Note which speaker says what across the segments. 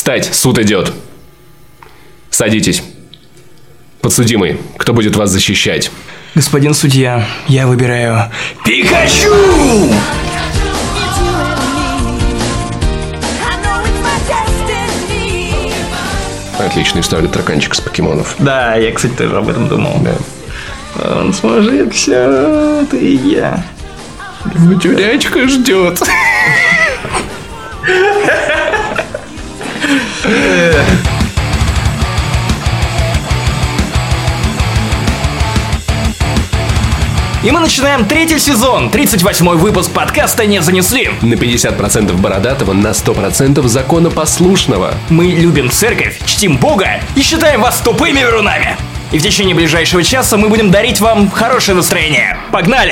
Speaker 1: Встать, суд идет. Садитесь. Подсудимый, кто будет вас защищать?
Speaker 2: Господин судья, я выбираю Пикачу!
Speaker 1: Отличная история тараканчика с покемонов.
Speaker 2: Да, я, кстати, тоже об этом думал.
Speaker 1: Да.
Speaker 2: Он сможет все, ты и я.
Speaker 1: Тюрячка ждет.
Speaker 2: И мы начинаем третий сезон, 38-й выпуск подкаста «Не занесли».
Speaker 1: На 50% бородатого, на 100% законопослушного.
Speaker 2: Мы любим церковь, чтим Бога и считаем вас тупыми верунами. И в течение ближайшего часа мы будем дарить вам хорошее настроение. Погнали!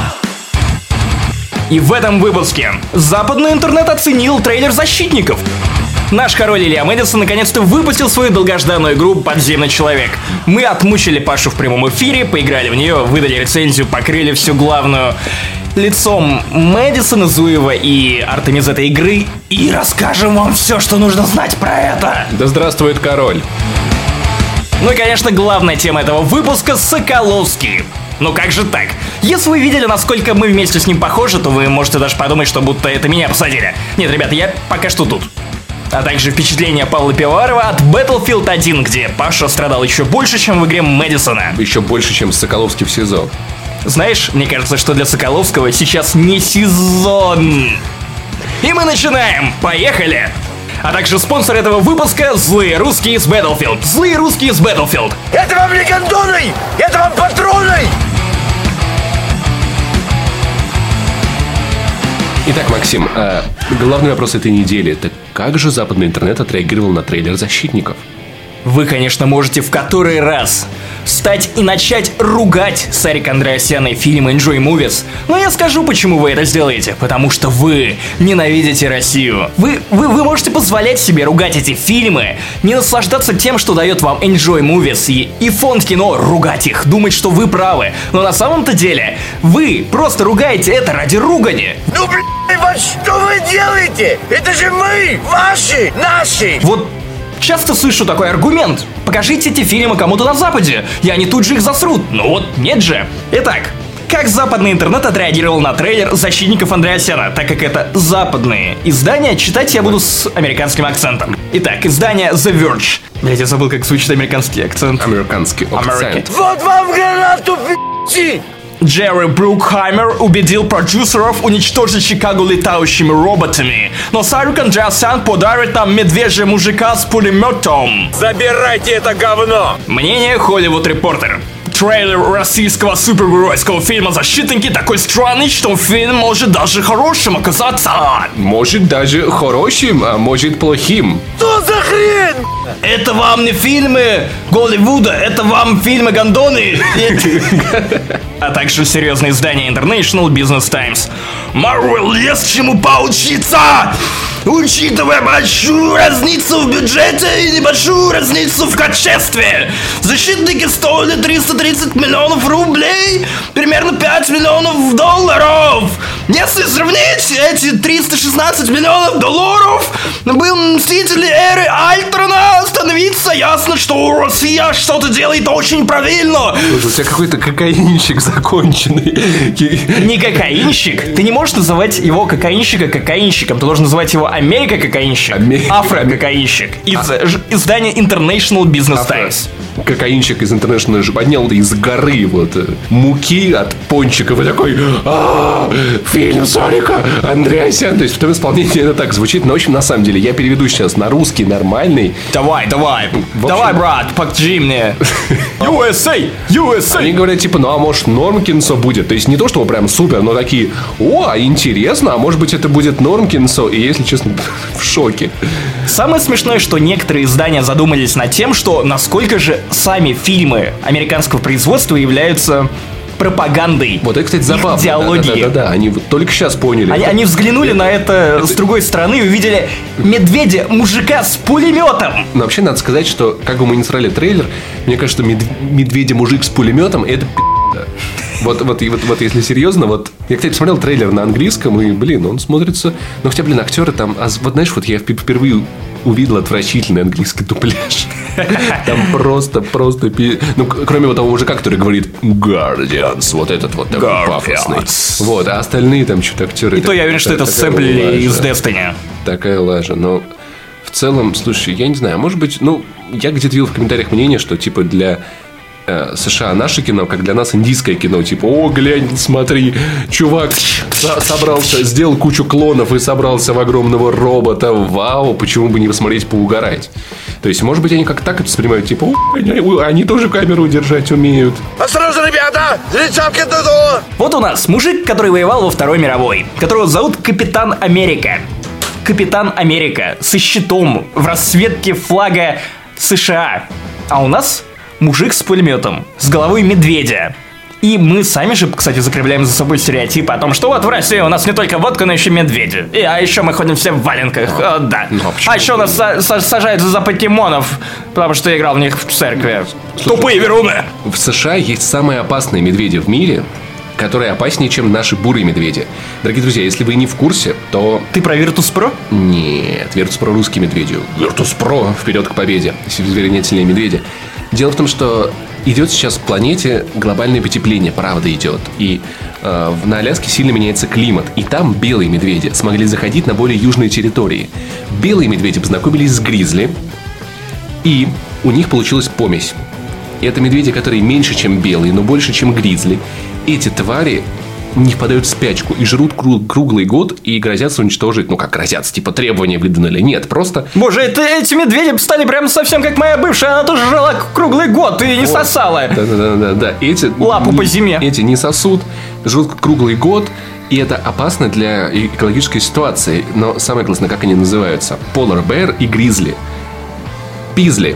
Speaker 2: И в этом выпуске западный интернет оценил трейлер «Защитников». Наш король Илья Мэдисон наконец-то выпустил свою долгожданную игру «Подземный человек». Мы отмучили Пашу в прямом эфире, поиграли в нее, выдали рецензию, покрыли всю главную лицом Мэдисона, Зуева и Артемиз этой игры и расскажем вам все, что нужно знать про это.
Speaker 1: Да здравствует король.
Speaker 2: Ну и, конечно, главная тема этого выпуска — Соколовский. Ну как же так? Если вы видели, насколько мы вместе с ним похожи, то вы можете даже подумать, что будто это меня посадили. Нет, ребята, я пока что тут. А также впечатление Павла Пивоварова от Battlefield 1, где Паша страдал еще больше, чем в игре Мэдисона.
Speaker 1: Еще больше, чем Соколовский в СИЗО.
Speaker 2: Знаешь, мне кажется, что для Соколовского сейчас не сезон. И мы начинаем! Поехали! А также спонсор этого выпуска — Злые русские из Battlefield. Злые русские из Battlefield.
Speaker 3: Это вам не гондоны! Это вам патроны!
Speaker 1: Итак, Максим, главный вопрос этой недели — это как же западный интернет отреагировал на трейлер «Защитников»?
Speaker 2: Вы, конечно, можете в который раз встать и начать ругать Сарика Андреасяна и фильм Enjoy Movies. Но я скажу, почему вы это сделаете. Потому что вы ненавидите Россию. Вы можете позволять себе ругать эти фильмы, не наслаждаться тем, что дает вам Enjoy Movies и фонд кино, ругать их, думать, что вы правы. Но на самом-то деле вы просто ругаете это ради ругани.
Speaker 3: Ну, блядь, вот что вы делаете? Это же мы, ваши, наши.
Speaker 2: Вот часто слышу такой аргумент. Покажите эти фильмы кому-то на Западе, и они тут же их засрут. Ну вот, нет же. Итак, как западный интернет отреагировал на трейлер «Защитников» Андреасяна, так как это западные издания, читать я буду с американским акцентом. Итак, издание The Verge. Блять, я забыл, как звучит американский акцент.
Speaker 1: Американский акцент.
Speaker 3: Вот вам гранату, пи***ти!
Speaker 2: Джерри Брукхаймер убедил продюсеров уничтожить Чикаго летающими роботами. Но Сарик Андреасян подарит нам медвежьего мужика с пулеметом.
Speaker 3: Забирайте это говно!
Speaker 2: Мнение Hollywood Reporter. Трейлер российского супергеройского фильма «Защитники» такой странный, что фильм может даже хорошим оказаться.
Speaker 1: Может даже хорошим, а может плохим.
Speaker 3: Что за хрень?
Speaker 2: Это вам не фильмы Голливуда, это вам фильмы гондоны. А также серьезное издание International Business Times. Marvel есть чему поучиться! Учитывая большую разницу в бюджете и небольшую разницу в качестве. Защитники стоили 330 миллионов рублей, примерно 5 миллионов долларов. Если сравнить эти 316 миллионов долларов, был Мстители эры Альтрона, становится ясно, что Россия что-то делает очень правильно.
Speaker 1: Слушай, у тебя какой-то кокаинщик законченный.
Speaker 2: Не кокаинщик. Ты не можешь называть его кокаинщика кокаинщиком. Ты должен называть его Америка-кокаинщик. Афро-кокаинщик. Из издания International Business Times.
Speaker 1: Кокаинщик из International же поднял из горы вот муки от пончиков и такой: фильм Сарика Андреасяна. То есть в том исполнении это так звучит. Но в общем, на самом деле, я переведу сейчас на русский нормальный.
Speaker 2: Давай, брат, покажи мне. USA.
Speaker 1: Они говорят, типа, ну а может норм кинцо будет. То есть не то, что прям супер, но такие: о, интересно, а может быть это будет норм кинцо. И если честно, в шоке.
Speaker 2: Самое смешное, что некоторые издания задумались над тем, что насколько же сами фильмы американского производства являются пропагандой.
Speaker 1: Вот это, кстати, забавно.
Speaker 2: Идеологии.
Speaker 1: Да, они вот только сейчас поняли.
Speaker 2: Они взглянули на это с другой стороны и увидели медведя, мужика с пулеметом.
Speaker 1: Но вообще надо сказать, что как бы мы ни срали трейлер, мне кажется, что медведя-мужик с пулеметом — это пи***. Вот если серьезно, вот я, кстати, смотрел трейлер на английском, и, он смотрится. Ну, хотя, актеры там. Вот знаешь, вот я впервые увидел отвратительный английский дубляж. Там просто... Ну, кроме вот того мужика, который говорит Guardians, вот этот вот такой пафосный. Вот, а остальные там что-то актеры...
Speaker 2: И то я уверен, что это сэмплили из Destiny.
Speaker 1: Такая лажа, но... В целом, слушай, я не знаю, может быть, ну, я где-то видел в комментариях мнение, что, типа, для США наше кино, как для нас индийское кино, типа, о, глянь, смотри, чувак собрался, сделал кучу клонов и собрался в огромного робота, вау, почему бы не посмотреть, поугарать. То есть, может быть, они как так это воспринимают, типа, они тоже камеру держать умеют.
Speaker 3: Осторожно, ребята! Лицам к дому!
Speaker 2: Вот у нас мужик, который воевал во Второй мировой, которого зовут Капитан Америка. Капитан Америка со щитом в расцветке флага США. А у нас мужик с пулеметом, с головой медведя. И мы сами же, кстати, закрепляем за собой стереотипы о том, что вот в России у нас не только водка, но еще медведи. А еще мы ходим все в валенках. Да. А еще нас сажают за покемонов, потому что я играл в них в церкви. Тупые веруны.
Speaker 1: В США есть самые опасные медведи в мире, которые опаснее, чем наши бурые медведи. Дорогие друзья, если вы не в курсе, то...
Speaker 2: Ты про Virtus.pro?
Speaker 1: Нет, Virtus.pro русские медведи. Virtus.pro вперед к победе. Если в звере нет сильнее медведя. Дело в том, что идет сейчас в планете глобальное потепление, правда идет. И на Аляске сильно меняется климат. И там белые медведи смогли заходить на более южные территории. Белые медведи познакомились с гризли, и у них получилась помесь. И это медведи, которые меньше, чем белые, но больше, чем гризли. Эти твари не впадают в спячку и жрут круглый год и грозятся уничтожить, ну как грозятся, типа требования выдвинули. Нет, просто...
Speaker 2: Боже, эти медведи стали прям совсем как моя бывшая, она тоже жила круглый год и не сосала.
Speaker 1: Да.
Speaker 2: Лапу по зиме.
Speaker 1: Эти не сосут, жрут круглый год, и это опасно для экологической ситуации. Но самое классное, как они называются? Polar Bear и Grizzly. Пизли.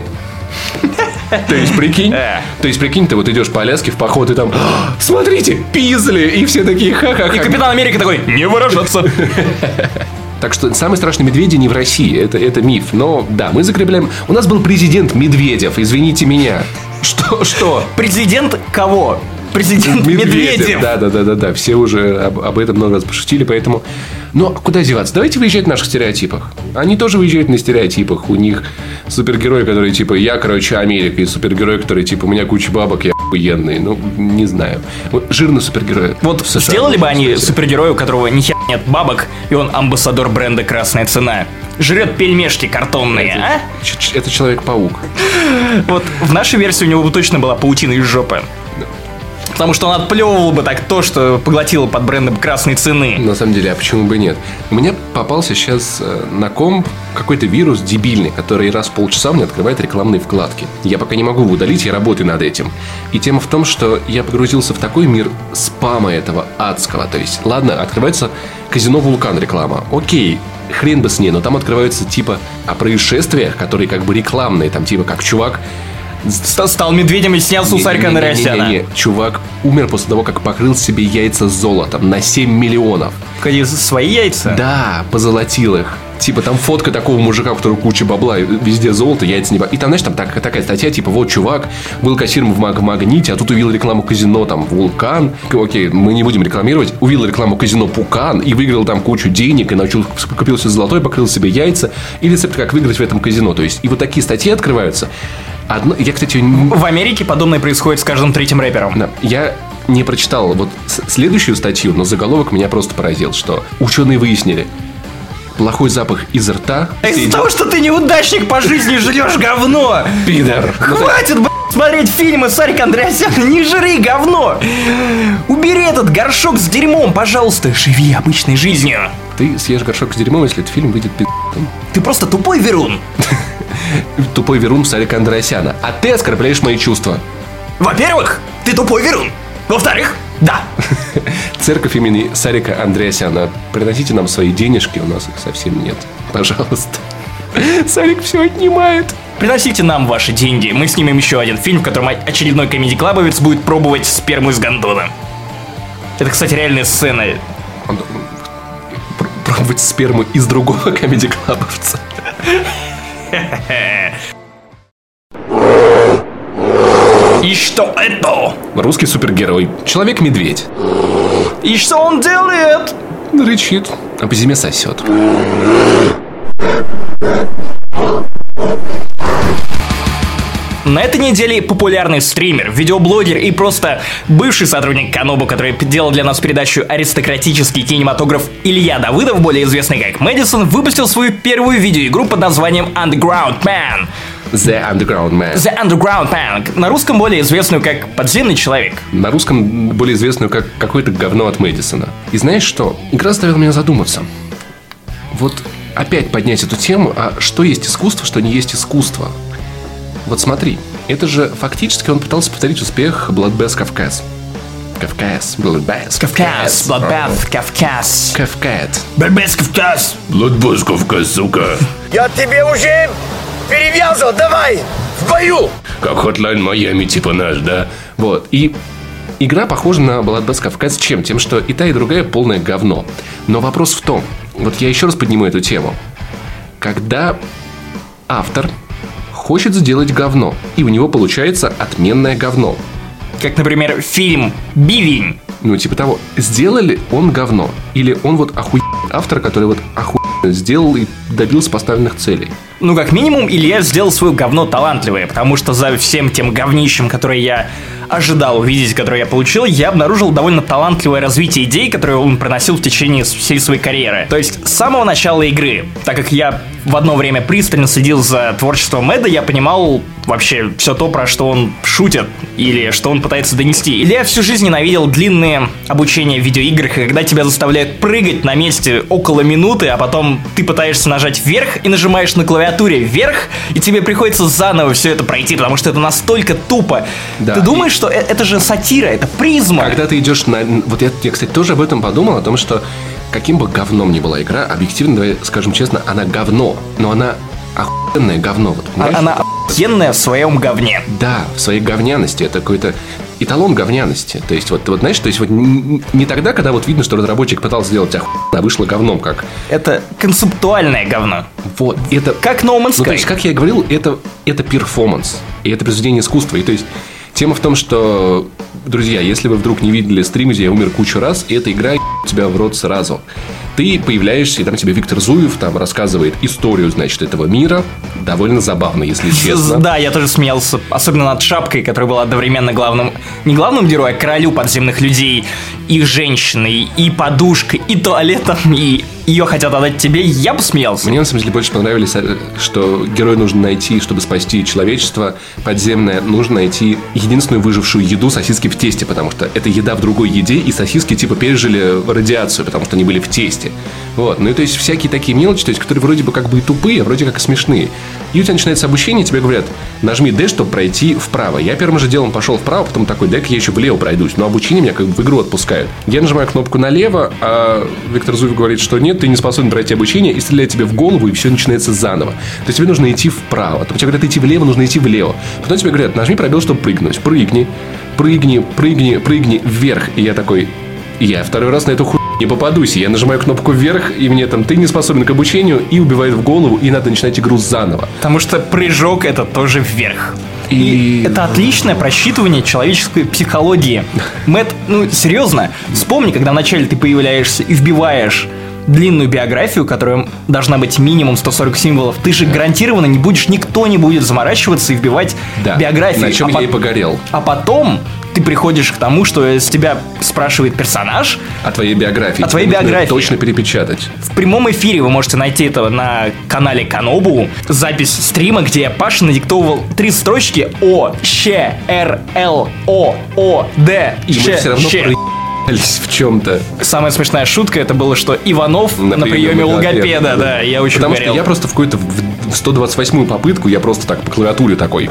Speaker 1: То есть, прикинь, ты вот идешь по Аляске в поход, и там, смотрите, пизли, и все такие ха-ха-ха.
Speaker 2: И Капитан Америка такой, не выражаться.
Speaker 1: Так что самые страшные медведи не в России, это миф. Но да, мы закрепляем. У нас был президент Медведев, извините меня. Что?
Speaker 2: Президент кого? Президент Медведев.
Speaker 1: Да. Все уже об этом много раз пошутили, поэтому... Но куда деваться? Давайте выезжать в наших стереотипах. Они тоже выезжают на стереотипах. У них супергерой, который типа я, короче, Америка. И супергерой, который типа у меня куча бабок, я охуенный. Ну, не знаю. Жирный супергерой.
Speaker 2: Вот сделали бы они супергероя, у которого ни хера нет бабок, и он амбассадор бренда «Красная цена». Жрет пельмешки картонные, а?
Speaker 1: Это Человек-паук.
Speaker 2: Вот в нашей версии у него бы точно была паутина из жопы. Потому что он отплевывал бы так то, что поглотил под брендом «Красной цены».
Speaker 1: На самом деле, а почему бы нет? У меня попался сейчас на комп какой-то вирус дебильный, который раз в полчаса мне открывает рекламные вкладки. Я пока не могу его удалить, я работаю над этим. И тема в том, что я погрузился в такой мир спама этого адского. То есть, ладно, открывается казино «Вулкан» реклама. Окей, хрен бы с ней, но там открываются типа о происшествиях, которые как бы рекламные. Там типа как чувак...
Speaker 2: Стал медведем и снялся у Сарика Андреасяна.
Speaker 1: Не, чувак умер после того, как покрыл себе яйца золотом на 7 миллионов.
Speaker 2: Какие свои яйца?
Speaker 1: Да, позолотил их. Типа там фотка такого мужика, у которого куча бабла, везде золото, яйца не... И там, знаешь, там такая статья, типа, вот чувак был кассиром в Магните, а тут увидел рекламу казино, там, «Вулкан». Окей, мы не будем рекламировать. Увидел рекламу казино «Пукан» и выиграл там кучу денег, и купил себе золотой, покрыл себе яйца. И рецепт, как выиграть в этом казино. То есть, и вот такие статьи открываются. Я, кстати...
Speaker 2: В Америке подобное происходит с каждым третьим рэпером.
Speaker 1: Да, я не прочитал вот следующую статью, но заголовок меня просто поразил, что ученые выяснили, плохой запах из рта...
Speaker 2: Из-за того, что ты неудачник по жизни, жрешь говно!
Speaker 1: Пидор!
Speaker 2: Хватит, смотреть фильмы Сарика Андреасяна, не жри говно! Убери этот горшок с дерьмом, пожалуйста, живи обычной жизнью.
Speaker 1: Ты съешь горшок с дерьмом, если этот фильм выйдет пи***м.
Speaker 2: Ты просто тупой верун.
Speaker 1: Тупой верун Сарика Андреасяна. А ты оскорбляешь мои чувства.
Speaker 2: Во-первых, ты тупой верун. Во-вторых, да.
Speaker 1: Церковь имени Сарика Андреасяна. Приносите нам свои денежки, у нас их совсем нет. Пожалуйста. Сарик все отнимает.
Speaker 2: Приносите нам ваши деньги. Мы снимем еще один фильм, в котором очередной комедий-клабовец будет пробовать сперму из гондона. Это, кстати, реальная сцена.
Speaker 1: Пробовать сперму из другого комедий-клабовца.
Speaker 2: И что это?
Speaker 1: Русский супергерой. Человек-медведь.
Speaker 2: И что он делает?
Speaker 1: Рычит, а по зиме сосет.
Speaker 2: На этой неделе популярный стример, видеоблогер и просто бывший сотрудник Канобу, который делал для нас передачу «Аристократический кинематограф» Илья Давыдов, более известный как Мэдисон, выпустил свою первую видеоигру под названием Underground Man.
Speaker 1: The Underground Man.
Speaker 2: The Underground Man. На русском более известную как «Подземный человек».
Speaker 1: На русском более известную как «Какое-то говно от Мэдисона». И знаешь что? Игра заставила меня задуматься. Вот опять поднять эту тему, а что есть искусство, что не есть искусство? Вот смотри, это же фактически он пытался повторить успех Bloodbath Kafkas. Bloodbath
Speaker 2: Kafkas.
Speaker 1: Bloodbath Kafkas, сука.
Speaker 3: Я тебе уже перевязал, давай, в бою!
Speaker 1: Как Hotline Miami, типа наш, да? Вот, и игра похожа на Bloodbath Kafkas чем? Тем, что и та, и другая полное говно. Но вопрос в том, вот я еще раз подниму эту тему. Когда автор хочет сделать говно, и у него получается отменное говно.
Speaker 2: Как, например, фильм «Бивень».
Speaker 1: Ну, типа того, сделал ли он говно? Или он вот охуенный автор, который вот охуенно сделал и добился поставленных целей?
Speaker 2: Ну, как минимум, Илья сделал свое говно талантливое, потому что за всем тем говнищем, которое я ожидал увидеть, которое я получил, я обнаружил довольно талантливое развитие идей, которые он проносил в течение всей своей карьеры. То есть, с самого начала игры, так как я в одно время пристально следил за творчеством Мэда, я понимал вообще все то, про что он шутит, или что он пытается донести. Илья всю жизнь ненавидел длинные обучения в видеоиграх, когда тебя заставляют прыгать на месте около минуты, а потом ты пытаешься нажать вверх и нажимаешь на клавиатуре вверх, и тебе приходится заново все это пройти, потому что это настолько тупо. Да. Ты думаешь, что это же сатира, это призма.
Speaker 1: Когда ты идешь на... Вот я, кстати, тоже об этом подумал, о том, что каким бы говном ни была игра, объективно, давай скажем честно, она говно, но она охуенное говно. Вот,
Speaker 2: она охуенная в своем говне.
Speaker 1: Да, в своей говняности. Это какой-то эталон говняности. То есть, вот знаешь, то есть вот не тогда, когда вот видно, что разработчик пытался сделать охуенно, а вышло говном как.
Speaker 2: Это концептуальное говно.
Speaker 1: Вот, это...
Speaker 2: Как No Man's Sky.
Speaker 1: Ну, то есть, как я и говорил, это перформанс. И это произведение искусства. И то есть, тема в том, что, друзья, если вы вдруг не видели стрим, где я умер кучу раз, эта игра тебя в рот сразу. Ты появляешься, и там тебе Виктор Зуев там рассказывает историю, значит, этого мира. Довольно забавно, если честно.
Speaker 2: Да, я тоже смеялся, особенно над Шапкой, которая была одновременно главным, не главным героем, а королю подземных людей, и женщиной, и подушкой, и туалетом, и ее хотят отдать тебе, я бы смеялся.
Speaker 1: Мне, на самом деле, больше понравились, что героя нужно найти, чтобы спасти человечество подземное, нужно найти единственную выжившую еду — сосиски в тесте, потому что это еда в другой еде, и сосиски типа пережили радиацию, потому что они были в тесте. Вот, ну и то есть всякие такие мелочи, то есть, которые вроде бы как бы и тупые, а вроде как и смешные. И у тебя начинается обучение, тебе говорят: нажми D, чтобы пройти вправо. Я первым же делом пошел вправо, потом такой: дай-ка я еще влево пройдусь. Но обучение меня как бы в игру отпускают. Я нажимаю кнопку налево, а Виктор Зуев говорит, что нет, ты не способен пройти обучение, и стреляет тебе в голову, и все начинается заново. То есть тебе нужно идти вправо. Потом тебе говорят идти влево, нужно идти влево. Потом тебе говорят: нажми пробел, чтобы прыгнуть. Прыгни вверх. И я такой: я второй раз на эту хуйню не попадусь. Я нажимаю кнопку вверх, и мне там: ты не способен к обучению, и убивает в голову, и надо начинать игру заново.
Speaker 2: Потому что прыжок — это тоже вверх. И это отличное просчитывание человеческой психологии. Мэтт, ну серьезно, вспомни, когда вначале ты появляешься и вбиваешь длинную биографию, которая должна быть минимум 140 символов, ты же гарантированно не будешь, никто не будет заморачиваться и вбивать биографию.
Speaker 1: На чем я и погорел.
Speaker 2: А потом ты приходишь к тому, что с тебя спрашивает персонаж
Speaker 1: о твоей биографии.
Speaker 2: О твоей биографии.
Speaker 1: Точно перепечатать.
Speaker 2: В прямом эфире вы можете найти это на канале Канобу. Запись стрима, где Паша надиктовывал 3 строчки О, Щ, Р, Л, О, Д,
Speaker 1: и мы все равно в чем-то.
Speaker 2: Самая смешная шутка это было, что Иванов на приеме у логопеда. Да, я очень
Speaker 1: Потому что я просто в какую-то в 128-ю попытку я просто так по клавиатуре такой.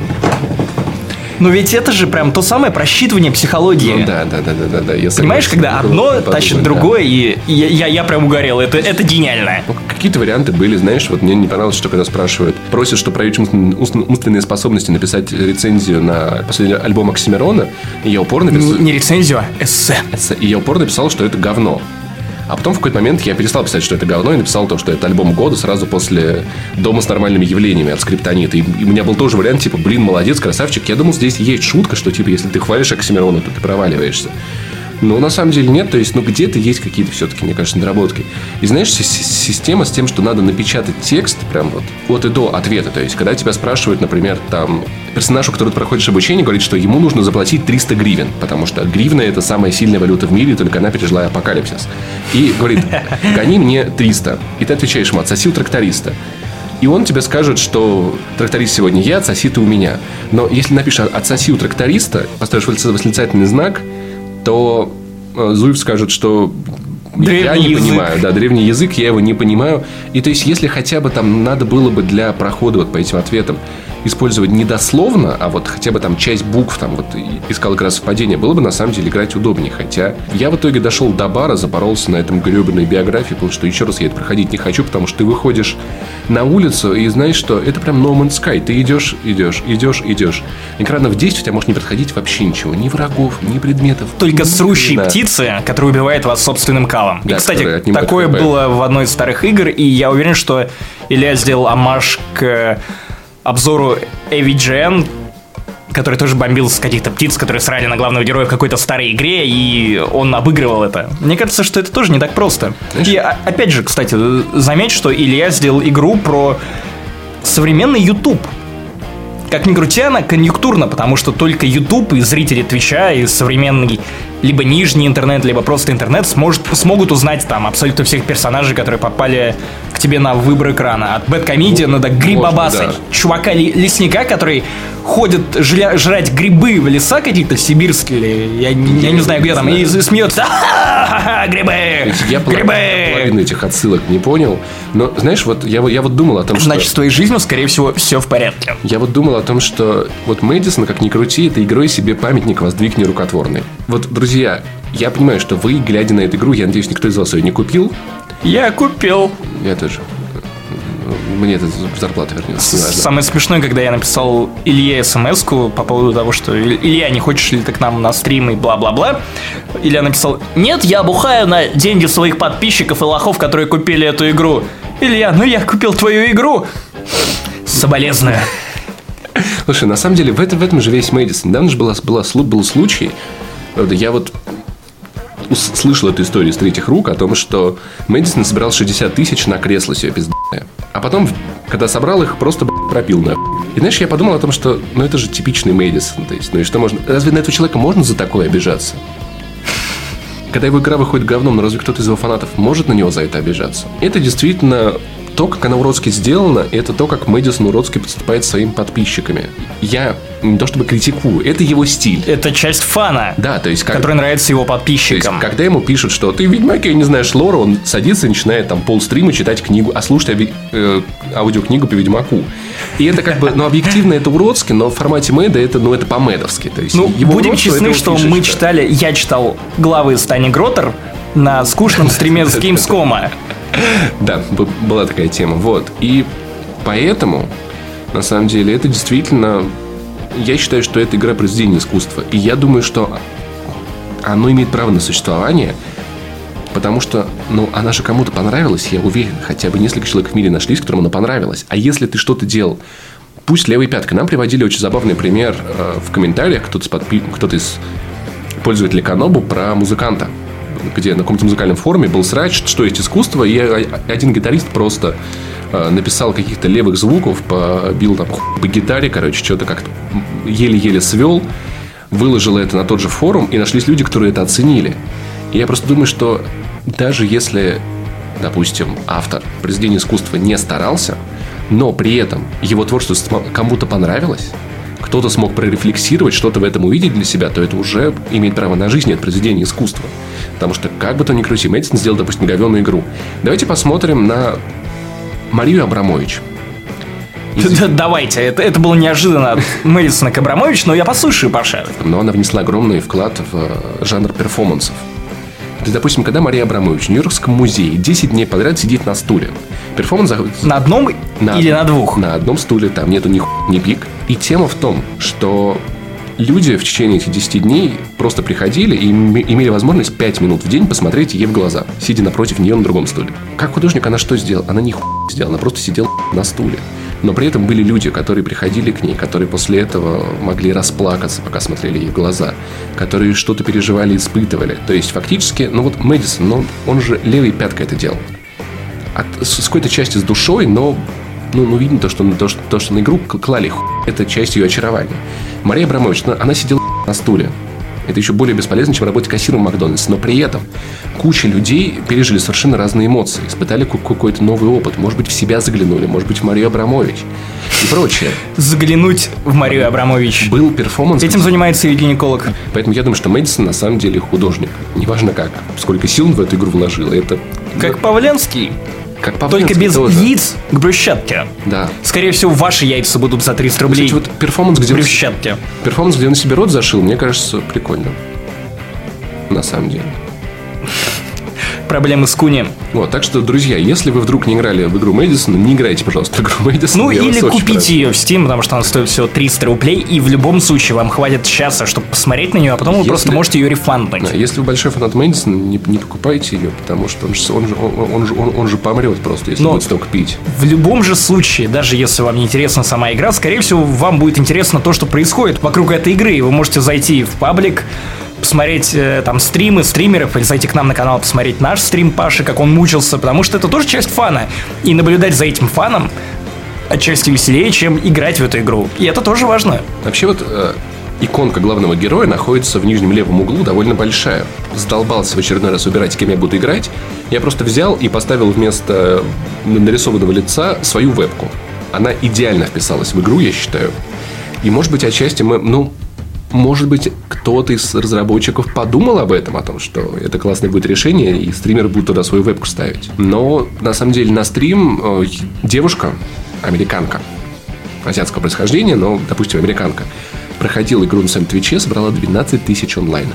Speaker 2: Но ведь это же прям то самое просчитывание психологии.
Speaker 1: Ну да. Я
Speaker 2: понимаешь, когда одно тащит другое, и я прям угорел. Это гениально.
Speaker 1: Ну, какие-то варианты были, знаешь, вот мне не понравилось, что когда спрашивают, просят, что проверить умственные способности, написать рецензию на последний альбом Оксимирона, и я упорно писал...
Speaker 2: Не рецензию, а эссе.
Speaker 1: И я упорно писал, что это говно. А потом в какой-то момент я перестал писать, что это говно, и написал то, что это альбом года сразу после «Дома с нормальными явлениями» от Скриптонита. И у меня был тоже вариант, типа: блин, молодец, красавчик. Я думал, здесь есть шутка, что типа, если ты хвалишь Оксимирона, то ты проваливаешься. Но на самом деле нет. То есть, где-то есть какие-то все-таки, мне кажется, недоработки. И знаешь, система с тем, что надо напечатать текст прям вот от и до ответа. То есть, когда тебя спрашивают, например, там, персонаж, у которого ты проходишь обучение, говорит, что ему нужно заплатить 300 гривен, потому что гривна – это самая сильная валюта в мире, только она пережила апокалипсис. И говорит, гони мне 300. И ты отвечаешь ему, отсоси у тракториста. И он тебе скажет, что тракторист сегодня я, отсоси ты у меня. Но если напишешь «отсоси у тракториста», поставишь восклицательный знак, то Зуев скажет, что я не понимаю. Да, древний язык, я его не понимаю. И то есть, если хотя бы там надо было бы для прохода вот по этим ответам использовать не дословно, а вот хотя бы там часть букв там вот искал как раз совпадение, было бы на самом деле играть удобнее. Хотя я в итоге дошел до бара, запоролся на этом гребаной биографии, потому что еще раз я это проходить не хочу, потому что ты выходишь на улицу и знаешь, что это прям No Man's Sky. Ты идешь. Экранов 10 у тебя может не подходить вообще ничего. Ни врагов, ни предметов.
Speaker 2: Только срущие птицы, которые убивают вас собственным калом. Да, и, кстати, такое было в одной из старых игр, и я уверен, что Илья сделал оммаж к обзору AVGN, который тоже бомбил с каких-то птиц, которые срали на главного героя в какой-то старой игре, и он обыгрывал это. Мне кажется, что это тоже не так просто. И опять же, кстати, заметь, что Илья сделал игру про современный YouTube. Как ни крути, она конъюнктурна, потому что только YouTube и зрители Твича, и современный либо нижний интернет, либо просто интернет смогут узнать там абсолютно всех персонажей, которые попали к тебе на выбор экрана. От Бэдкомедиана до Грибобаса, да. Чувака-лесника, который ходит жрать грибы в леса какие-то сибирские, я не знаю где там, и смеется. Грибы!
Speaker 1: Я половину этих отсылок не понял. Но, знаешь, вот я вот думал о том, что...
Speaker 2: Значит, с твоей жизнью, скорее всего, все в порядке.
Speaker 1: Я вот думал о том, что вот Мэдисон, как ни крути, этой игрой себе памятник воздвиг нерукотворный. Вот, друзья, я понимаю, что вы, глядя на эту игру, я надеюсь, никто из вас ее не купил.
Speaker 2: Я купил.
Speaker 1: Я тоже. Мне это зарплата вернется.
Speaker 2: Самое смешное, когда я написал Илье смс-ку по поводу того, что Илья, не хочешь ли ты к нам на стрим и бла-бла-бла. Илья написал: нет, я бухаю на деньги своих подписчиков и лохов, которые купили эту игру. Илья, я купил твою игру. Соболезную.
Speaker 1: Слушай, на самом деле в этом же весь Мэдисон. Недавно же был случай. Правда, я вот слышал эту историю из третьих рук о том, что Мэдисон собирал 60 тысяч на кресло себе пиздатое. А потом, когда собрал их, просто пропил нахуй. И знаешь, я подумал о том, что это же типичный Мэдисон. То есть, и что можно... Разве на этого человека можно за такое обижаться? Когда его игра выходит говном, разве кто-то из его фанатов может на него за это обижаться? Это действительно... То, как она уродски сделана, это то, как Мэдисон уродски подступает с своими подписчиками. Я не то чтобы критикую, это его стиль.
Speaker 2: Это часть фана,
Speaker 1: да, то есть,
Speaker 2: который нравится его подписчикам.
Speaker 1: То есть, когда ему пишут, что ты в Ведьмаке не знаешь лора, он садится и начинает там полстрима читать книгу, слушать аудиокнигу по Ведьмаку. И это как бы, объективно это уродски, но в формате Мэда это по-мэдовски. То есть,
Speaker 2: будем честны, что мы читали, я читал главы Стани Гротер на скучном стриме с Gamescom.
Speaker 1: Да, была такая тема. Вот. И поэтому, на самом деле, это действительно... Я считаю, что это игра произведения искусства. И я думаю, что оно имеет право на существование, потому что, она же кому-то понравилась, я уверен. Хотя бы несколько человек в мире нашлись, которым она понравилась. А если ты что-то делал, пусть левой пяткой. Нам приводили очень забавный пример в комментариях. Кто-то из пользователей Канобу про музыканта, где на каком-то музыкальном форуме был срач, что есть искусство, и один гитарист просто написал каких-то левых звуков, побил там по гитаре, что-то как-то еле-еле свел, выложил это на тот же форум, и нашлись люди, которые это оценили. И я просто думаю, что даже если, допустим, автор произведения искусства не старался, но при этом его творчество кому-то понравилось, кто-то смог прорефлексировать, что-то в этом увидеть для себя, то это уже имеет право на жизнь, это произведение искусства. Потому что, как бы то ни крути, Мэдисон сделал, допустим, говёную игру. Давайте посмотрим на Марию Абрамович.
Speaker 2: Давайте, это было неожиданно от Мэдисона к Абрамович, но я послушаю, Паша.
Speaker 1: Но она внесла огромный вклад в жанр перформансов. То есть, допустим, когда Мария Абрамович в Нью-Йоркском музее 10 дней подряд сидит на стуле. Перформанс...
Speaker 2: На одном или на двух?
Speaker 1: На одном стуле, там нету ни пик. И тема в том, что люди в течение этих 10 дней просто приходили и имели возможность 5 минут в день посмотреть ей в глаза, сидя напротив нее на другом стуле. Как художник она что сделала? Она не сделала, она просто сидела на стуле. Но при этом были люди, которые приходили к ней, которые после этого могли расплакаться, пока смотрели ей в глаза, которые что-то переживали, испытывали. То есть, фактически, Мэдисон, он же левой пяткой это делал. С какой-то части с душой, но видно то, что на игру клали это часть ее очарования. Мария Абрамович, она сидела на стуле. Это еще более бесполезно, чем работать кассиром в Макдональдсе. Но при этом куча людей пережили совершенно разные эмоции, испытали какой-то новый опыт. Может быть, в себя заглянули, может быть, в Марию Абрамович и прочее.
Speaker 2: Заглянуть в Марию Абрамович.
Speaker 1: Был перформанс.
Speaker 2: Этим занимается ее гинеколог.
Speaker 1: Поэтому я думаю, что Мэдисон на самом деле художник. Неважно как, сколько сил он в эту игру вложил. Это
Speaker 2: как Павленский.
Speaker 1: Как Павленский,
Speaker 2: только без
Speaker 1: тоже.
Speaker 2: Яиц к брусчатке.
Speaker 1: Да.
Speaker 2: Скорее всего, ваши яйца будут за 300 рублей.
Speaker 1: Кстати, вот перформанс, где он себе рот зашил, мне кажется, прикольно. На самом деле.
Speaker 2: Проблемы с Куни.
Speaker 1: Вот, так что, друзья, если вы вдруг не играли в игру Мэдисона, не играйте, пожалуйста, в игру Мэдисона.
Speaker 2: Ну, или купите ее в Steam, потому что она стоит всего 300 рублей, и в любом случае вам хватит часа, чтобы посмотреть на нее, а потом вы просто можете ее рефанднуть.
Speaker 1: Да, если вы большой фанат Мэдисона, не покупайте ее, потому что он же помрет просто, если будет столько пить.
Speaker 2: В любом же случае, даже если вам не интересна сама игра, скорее всего, вам будет интересно то, что происходит вокруг этой игры, и вы можете зайти в паблик, посмотреть там стримы стримеров, или зайти к нам на канал, посмотреть наш стрим Паши, как он мучился, потому что это тоже часть фана. И наблюдать за этим фаном отчасти веселее, чем играть в эту игру. И это тоже важно.
Speaker 1: Вообще вот иконка главного героя находится в нижнем левом углу, довольно большая. Задолбался в очередной раз убирать, кем я буду играть. Я просто взял и поставил вместо нарисованного лица свою вебку. Она идеально вписалась в игру, я считаю. И может быть отчасти может быть, кто-то из разработчиков подумал об этом, о том, что это классное будет решение, и стримеры будут туда свою вебку ставить. Но, на самом деле, на стрим девушка, американка, азиатского происхождения, но, допустим, американка, проходила игру на своем Твиче, собрала 12 тысяч онлайна.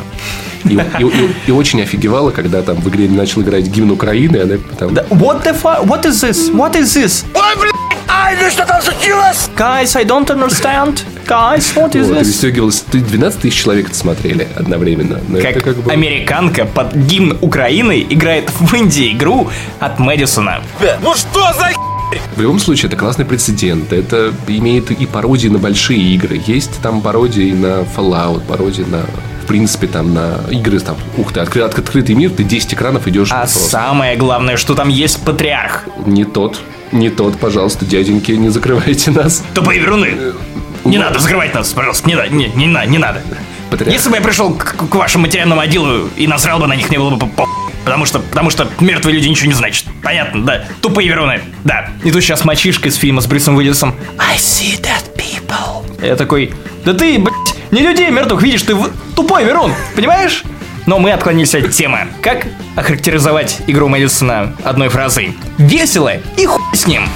Speaker 1: И очень офигевала, когда там в игре начал играть гимн Украины, она там...
Speaker 2: What the fuck? What is this? What is this?
Speaker 3: Ой, блядь! Ай, ну что там случилось?
Speaker 2: Guys, I don't understand. Guys, what is this?
Speaker 1: 12 тысяч человек это смотрели одновременно.
Speaker 2: Как американка под гимн Украины играет в Индии игру от Мэдисона.
Speaker 3: Ну что за
Speaker 1: В любом случае, это классный прецедент. Это имеет и пародии на большие игры. Есть там пародии на Fallout, пародии на... В принципе, там на игры, там, открытый мир, ты 10 экранов идешь.
Speaker 2: А просто. Самое главное, что там есть патриарх.
Speaker 1: Не тот, пожалуйста, дяденьки, не закрывайте нас.
Speaker 2: Тупые веруны. Не надо закрывать нас, пожалуйста, не надо. Патриарх. Если бы я пришел к вашему материальному отделу и насрал бы на них, не было бы потому что мертвые люди ничего не значат. Понятно, да. Тупые веруны, да. И тут сейчас мальчишка из фильма с Брюсом Уиллисом. I see dead people. Я такой, да ты, блядь, не людей мертвых видишь, ты тупой верун, понимаешь? Но мы отклонились от темы. Как охарактеризовать игру Мэдисона одной фразой? Весело и хуй с ним.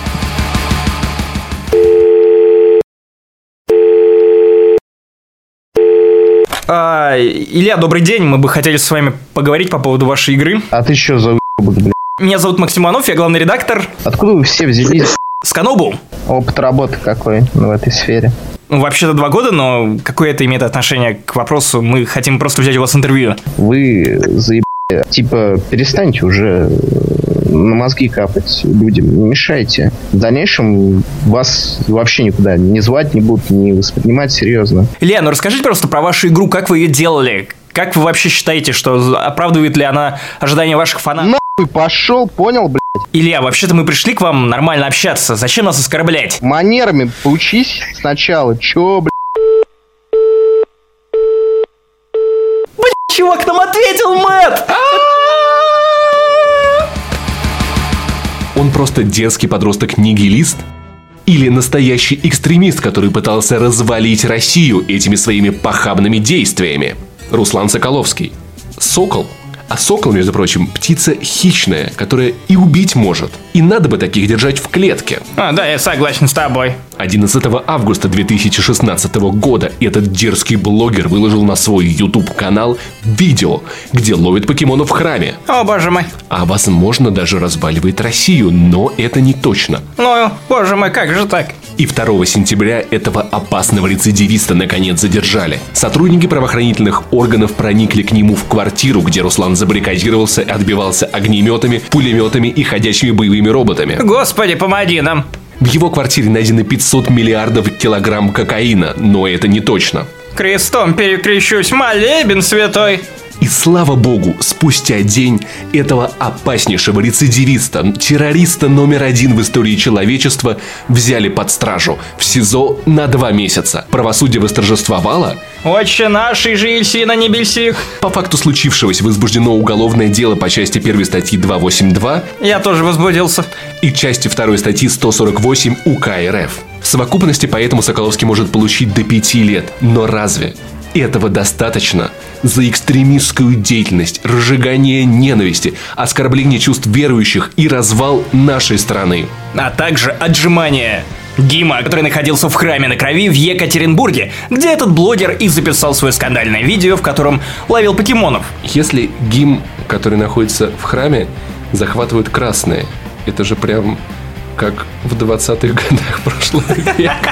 Speaker 2: Илья, добрый день. Мы бы хотели с вами поговорить по поводу вашей игры.
Speaker 4: А ты что за уебок, блядь?
Speaker 2: Меня зовут Максим Иванов, я главный редактор.
Speaker 4: Откуда вы все взялись?
Speaker 2: С Канобу.
Speaker 4: Опыт работы какой в этой сфере?
Speaker 2: Ну, вообще-то 2 года, но какое это имеет отношение к вопросу? Мы хотим просто взять у вас интервью.
Speaker 4: Вы заебали. Типа, перестаньте уже на мозги капать людям, не мешайте. В дальнейшем вас вообще никуда не звать не будут, не воспринимать серьезно.
Speaker 2: Илья, ну расскажите просто про вашу игру, как вы ее делали? Как вы вообще считаете, что оправдывает ли она ожидания ваших фанатов?
Speaker 4: Нахуй пошел, понял, блядь?
Speaker 2: Илья, вообще-то мы пришли к вам нормально общаться. Зачем нас оскорблять?
Speaker 4: Манерами поучись сначала. Чё, блядь?
Speaker 2: Блядь, чувак нам ответил, Мэтт!
Speaker 1: Он просто дерзкий подросток-нигилист? Или настоящий экстремист, который пытался развалить Россию этими своими похабными действиями? Руслан Соколовский. Сокол. А сокол, между прочим, птица хищная, которая и убить может. И надо бы таких держать в клетке.
Speaker 2: Да, я согласен с тобой.
Speaker 1: 11 августа 2016 года этот дерзкий блогер выложил на свой YouTube-канал видео, где ловит покемонов в храме.
Speaker 2: О, боже мой.
Speaker 1: А возможно, даже разваливает Россию, но это не точно.
Speaker 2: Ну, боже мой, как же так?
Speaker 1: И 2 сентября этого опасного рецидивиста наконец задержали. Сотрудники правоохранительных органов проникли к нему в квартиру, где Руслан забаррикадировался и отбивался огнеметами, пулеметами и ходячими боевыми роботами.
Speaker 2: Господи, помоги нам.
Speaker 1: В его квартире найдено 500 миллиардов килограмм кокаина, но это не точно.
Speaker 2: Крестом перекрещусь, молебен святой.
Speaker 1: И слава богу, спустя день этого опаснейшего рецидивиста, террориста номер 1 в истории человечества, взяли под стражу в СИЗО на 2 месяца. Правосудие восторжествовало.
Speaker 2: Отче наш, иже еси на небесих.
Speaker 1: По факту случившегося возбуждено уголовное дело по части 1 статьи 282.
Speaker 2: Я тоже возбудился.
Speaker 1: И части 2 статьи 148 УК РФ. В совокупности поэтому Соколовский может получить до 5 лет. Но разве этого достаточно за экстремистскую деятельность, разжигание ненависти, оскорбление чувств верующих и развал нашей страны?
Speaker 2: А также отжимание Гима, который находился в храме на крови в Екатеринбурге, где этот блогер и записал свое скандальное видео, в котором ловил покемонов.
Speaker 1: Если Гим, который находится в храме, захватывают красные, это же прям как в 20-х годах прошлого века.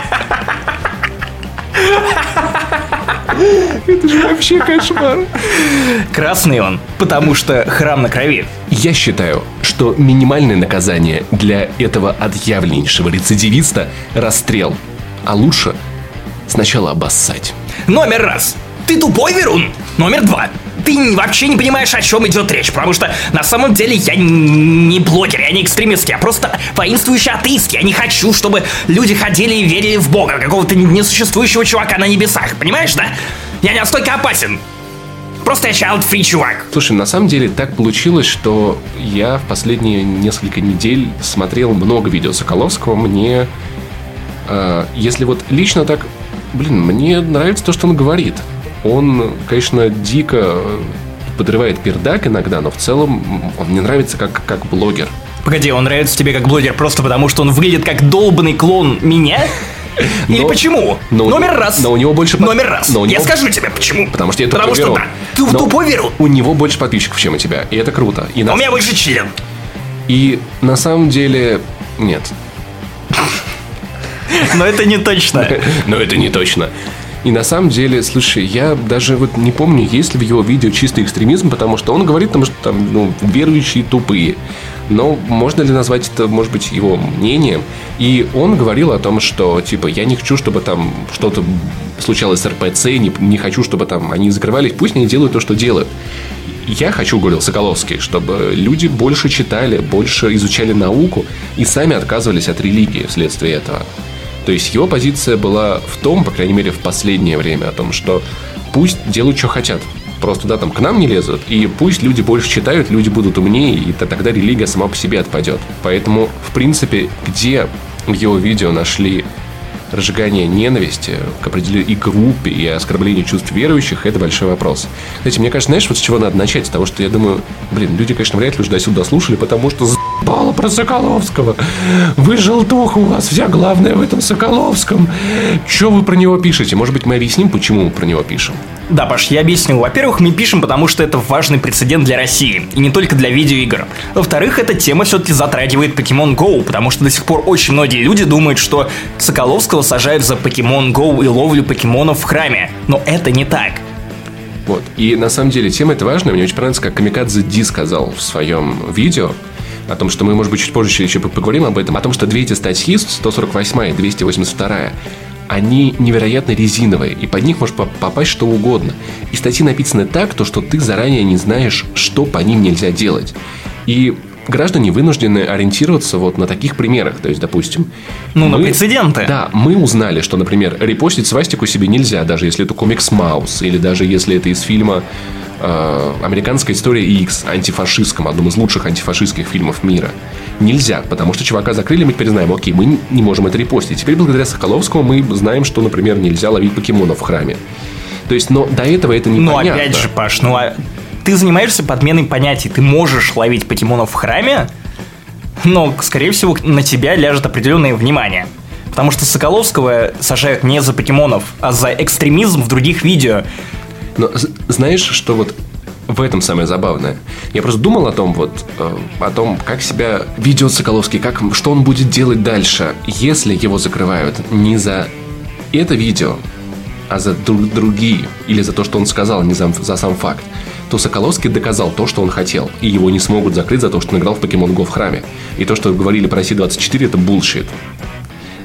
Speaker 1: Это же вообще кошмар.
Speaker 2: Красный он, потому что храм на крови.
Speaker 1: Я считаю, что минимальное наказание для этого отъявленнейшего рецидивиста – расстрел. А лучше сначала обоссать.
Speaker 2: Номер раз. Ты тупой, Верун. Номер два. Ты вообще не понимаешь, о чем идет речь, потому что на самом деле я не блогер, я не экстремист, я просто воинствующий атеист. Я не хочу, чтобы люди ходили и верили в Бога, какого-то несуществующего чувака на небесах, понимаешь, да? Я не настолько опасен. Просто я child-free чувак.
Speaker 1: Слушай, на самом деле так получилось, что я в последние несколько недель смотрел много видео Соколовского. Мне, если вот лично так, мне нравится то, что он говорит. Он, конечно, дико подрывает пердак иногда, но в целом он мне нравится как блогер.
Speaker 2: Погоди, он нравится тебе как блогер просто потому, что он выглядит как долбанный клон меня? Или почему? Номер раз.
Speaker 1: Но у него больше...
Speaker 2: Номер раз. Я скажу тебе, почему.
Speaker 1: Потому что я тупой
Speaker 2: Потому что
Speaker 1: Верун.
Speaker 2: да. Ты тупой Верун.
Speaker 1: У него больше подписчиков, чем у тебя. И это круто. И
Speaker 2: у меня больше член.
Speaker 1: И на самом деле... Нет.
Speaker 2: Но это не точно.
Speaker 1: Но это не точно. И на самом деле, слушай, я даже вот не помню, есть ли в его видео чистый экстремизм, потому что он говорит, что там верующие тупые. Но можно ли назвать это, может быть, его мнением? И он говорил о том, что, типа, я не хочу, чтобы там что-то случалось с РПЦ, не хочу, чтобы там они закрывались, пусть они делают то, что делают. Я хочу, говорил Соколовский, чтобы люди больше читали, больше изучали науку и сами отказывались от религии вследствие этого. То есть его позиция была в том, по крайней мере, в последнее время, о том, что пусть делают, что хотят. Просто, да, там к нам не лезут. И пусть люди больше читают, люди будут умнее, и тогда религия сама по себе отпадет. Поэтому, в принципе, где в его видео нашли разжигание ненависти к определенной и группе, и оскорблению чувств верующих, это большой вопрос. Кстати, мне кажется, знаешь, вот с чего надо начать? С того, что я думаю, люди, конечно, вряд ли уже до сюда слушали, потому что за***бало про Соколовского. Вы желтуха, у вас вся главная в этом Соколовском. Че вы про него пишете? Может быть, мы объясним, почему мы про него пишем?
Speaker 2: Да, Паш, я объясню. Во-первых, мы пишем, потому что это важный прецедент для России. И не только для видеоигр. Во-вторых, эта тема все-таки затрагивает Pokemon Go, потому что до сих пор очень многие люди думают, что Соколовского сажают за Pokemon Go и ловлю покемонов в храме. Но это не так.
Speaker 1: Вот. И на самом деле тема эта важная. Мне очень понравилось, как Камикадзе Ди сказал в своем видео о том, что мы, может быть, чуть позже еще поговорим об этом, о том, что две эти статьи, 148 и 282, они невероятно резиновые, и под них может попасть что угодно. И статьи написаны так, что ты заранее не знаешь, что по ним нельзя делать. И граждане вынуждены ориентироваться вот на таких примерах. То есть, допустим...
Speaker 2: на прецеденты.
Speaker 1: Да, мы узнали, что, например, репостить свастику себе нельзя, даже если это комикс Маус, или даже если это из фильма «Американская история X», антифашистском, одном из лучших антифашистских фильмов мира. Нельзя, потому что чувака закрыли, мы теперь знаем, окей, мы не можем это репостить. Теперь благодаря Соколовскому мы знаем, что, например, нельзя ловить покемонов в храме. То есть, но до этого это непонятно.
Speaker 2: Но опять же, Паш, ты занимаешься подменой понятий. Ты можешь ловить покемонов в храме, но, скорее всего, на тебя ляжет определенное внимание. Потому что Соколовского сажают не за покемонов, а за экстремизм в других видео.
Speaker 1: Но знаешь, что вот в этом самое забавное? Я просто думал о том, как себя ведет Соколовский, что он будет делать дальше, если его закрывают не за это видео, а за другие, или за то, что он сказал, не за сам факт, то Соколовский доказал то, что он хотел, и его не смогут закрыть за то, что он играл в Pokemon Go в храме. И то, что говорили про Россию-24, это булшит.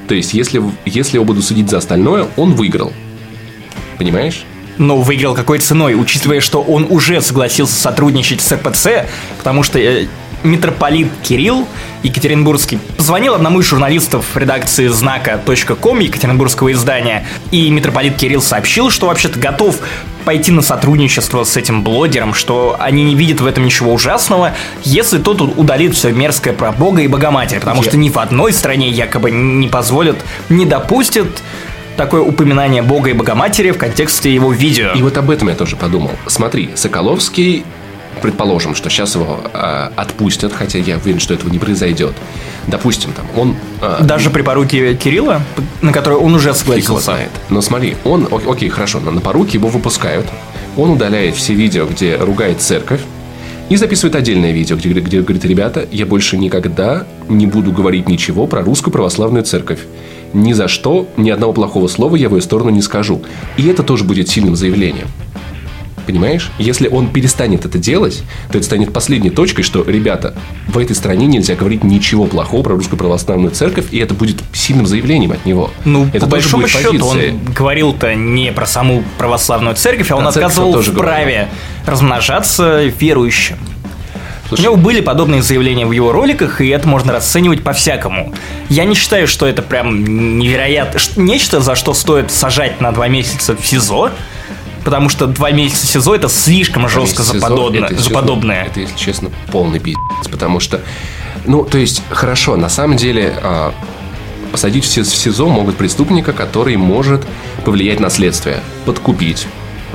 Speaker 1: То есть, если его будут судить за остальное, он выиграл. Понимаешь?
Speaker 2: Но выиграл какой ценой, учитывая, что он уже согласился сотрудничать с РПЦ, потому что митрополит Кирилл Екатеринбургский позвонил одному из журналистов редакции знака.ком екатеринбургского издания, и митрополит Кирилл сообщил, что вообще-то готов пойти на сотрудничество с этим блогером, что они не видят в этом ничего ужасного, если тот удалит все мерзкое про Бога и Богоматерь, потому что ни в одной стране якобы не позволят, не допустят такое упоминание Бога и Богоматери в контексте его видео.
Speaker 1: И вот об этом я тоже подумал. Смотри, Соколовский, предположим, что сейчас его отпустят, хотя я уверен, что этого не произойдет. Допустим, там он...
Speaker 2: Даже при поруке Кирилла, на которую он уже согласился.
Speaker 1: Знает. Но смотри, окей, хорошо, на поруке его выпускают. Он удаляет все видео, где ругает церковь, и записывает отдельное видео, где говорит: ребята, я больше никогда не буду говорить ничего про русскую православную церковь. Ни за что, ни одного плохого слова я в ее сторону не скажу. И это тоже будет сильным заявлением. Понимаешь? Если он перестанет это делать, то это станет последней точкой, что, ребята, в этой стране нельзя говорить ничего плохого про русскую православную церковь, и это будет сильным заявлением от него.
Speaker 2: Ну,
Speaker 1: это
Speaker 2: по большому счету, он говорил-то не про саму православную церковь, а он отказывал в праве размножаться верующим. Слушай, у него были подобные заявления в его роликах, и это можно расценивать по-всякому. Я не считаю, что это прям невероятно, нечто, за что стоит сажать на 2 месяца в СИЗО, потому что 2 месяца СИЗО — это слишком жестко за подобное.
Speaker 1: Это, если честно, полный пиздец, потому что, то есть, хорошо, на самом деле, посадить в СИЗО могут преступника, который может повлиять на следствие, подкупить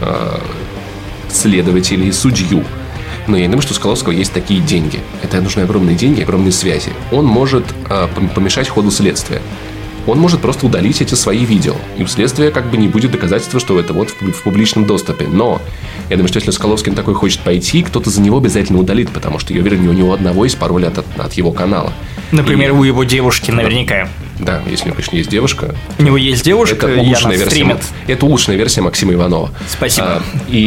Speaker 1: следователей, судью. Но я не думаю, что у Соколовского есть такие деньги. Это нужны огромные деньги, огромные связи. Он может помешать ходу следствия. Он может просто удалить эти свои видео. И у следствия как бы не будет доказательства, что это вот в публичном доступе. Но я думаю, что если Соколовский на такой хочет пойти, кто-то за него обязательно удалит, потому что, я уверен, у него одного есть пароль от его канала.
Speaker 2: Например, у его девушки наверняка.
Speaker 1: Да, если у него, конечно, есть девушка.
Speaker 2: У него есть девушка, и она стримит.
Speaker 1: Это улучшенная версия Максима Иванова.
Speaker 2: Спасибо.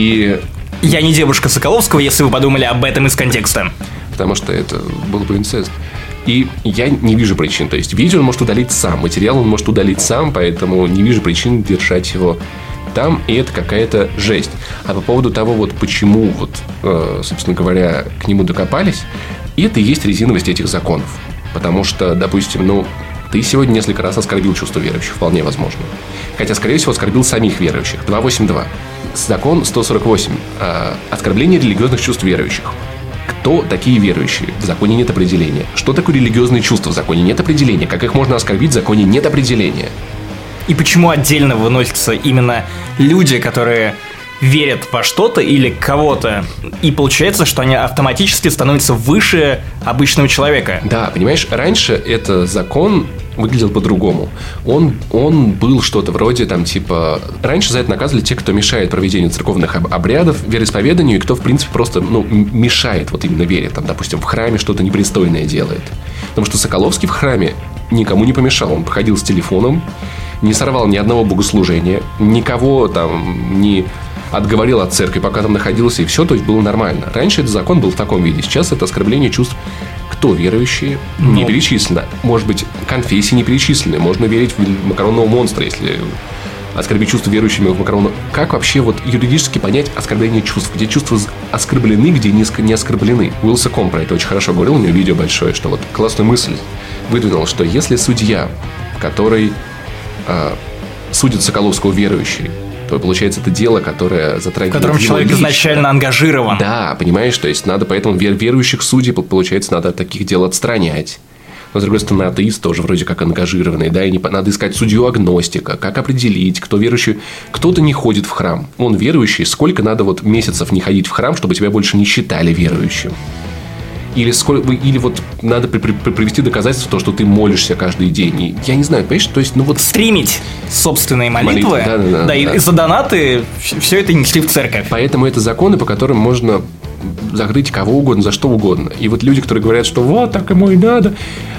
Speaker 2: Я не девушка Соколовского, если вы подумали об этом из контекста.
Speaker 1: Потому что это был бы инцест. И я не вижу причин. То есть видео он может удалить сам, материал он может удалить сам, поэтому не вижу причин держать его там, и это какая-то жесть. А по поводу того, вот почему, собственно говоря, к нему докопались, это и есть резиновость этих законов. Потому что, допустим, ты сегодня несколько раз оскорбил чувство верующих, вполне возможно. Хотя, скорее всего, оскорбил самих верующих. 282. Закон 148. Оскорбление религиозных чувств верующих. Кто такие верующие? В законе нет определения. Что такое религиозные чувства? В законе нет определения. Как их можно оскорбить? В законе нет определения.
Speaker 2: И почему отдельно выносятся именно люди, которые верят во что-то или кого-то, и получается, что они автоматически становятся выше обычного человека?
Speaker 1: Да, понимаешь, раньше этот закон выглядел по-другому. Он был что-то вроде раньше за это наказывали те, кто мешает проведению церковных обрядов, вероисповеданию, и кто, в принципе, просто, мешает именно вере. Допустим, в храме что-то непристойное делает. Потому что Соколовский в храме никому не помешал. Он походил с телефоном, не сорвал ни одного богослужения, никого не отговорил от церкви, пока там находился, и все, то есть было нормально. Раньше этот закон был в таком виде. Сейчас это оскорбление чувств. Кто верующие? Не перечислено. Может быть, конфессии не перечислены. Можно верить в макаронного монстра, если оскорбить чувства верующими в макаронного. Как вообще юридически понять оскорбление чувств? Где чувства оскорблены, где не оскорблены? Уилсаком про это очень хорошо говорил, у него видео большое, что классную мысль выдвинул, что если судья, который судит Соколовского верующий, то получается это дело, которое затрагивает...
Speaker 2: В котором человек изначально ангажирован.
Speaker 1: Да, понимаешь, то есть надо поэтому верующих судей, получается, надо от таких дел отстранять. Но, с другой стороны, атеист тоже вроде как ангажированный, да, и надо искать судью-агностика, как определить, кто верующий. Кто-то не ходит в храм, он верующий, сколько надо месяцев не ходить в храм, чтобы тебя больше не считали верующим. Или надо привести доказательство, что ты молишься каждый день. И я не знаю, понимаешь, то есть,
Speaker 2: стримить собственные молитвы. Да, и за донаты все это несли в церковь.
Speaker 1: Поэтому это законы, по которым можно закрыть кого угодно, за что угодно. И люди, которые говорят, что вот так ему и надо.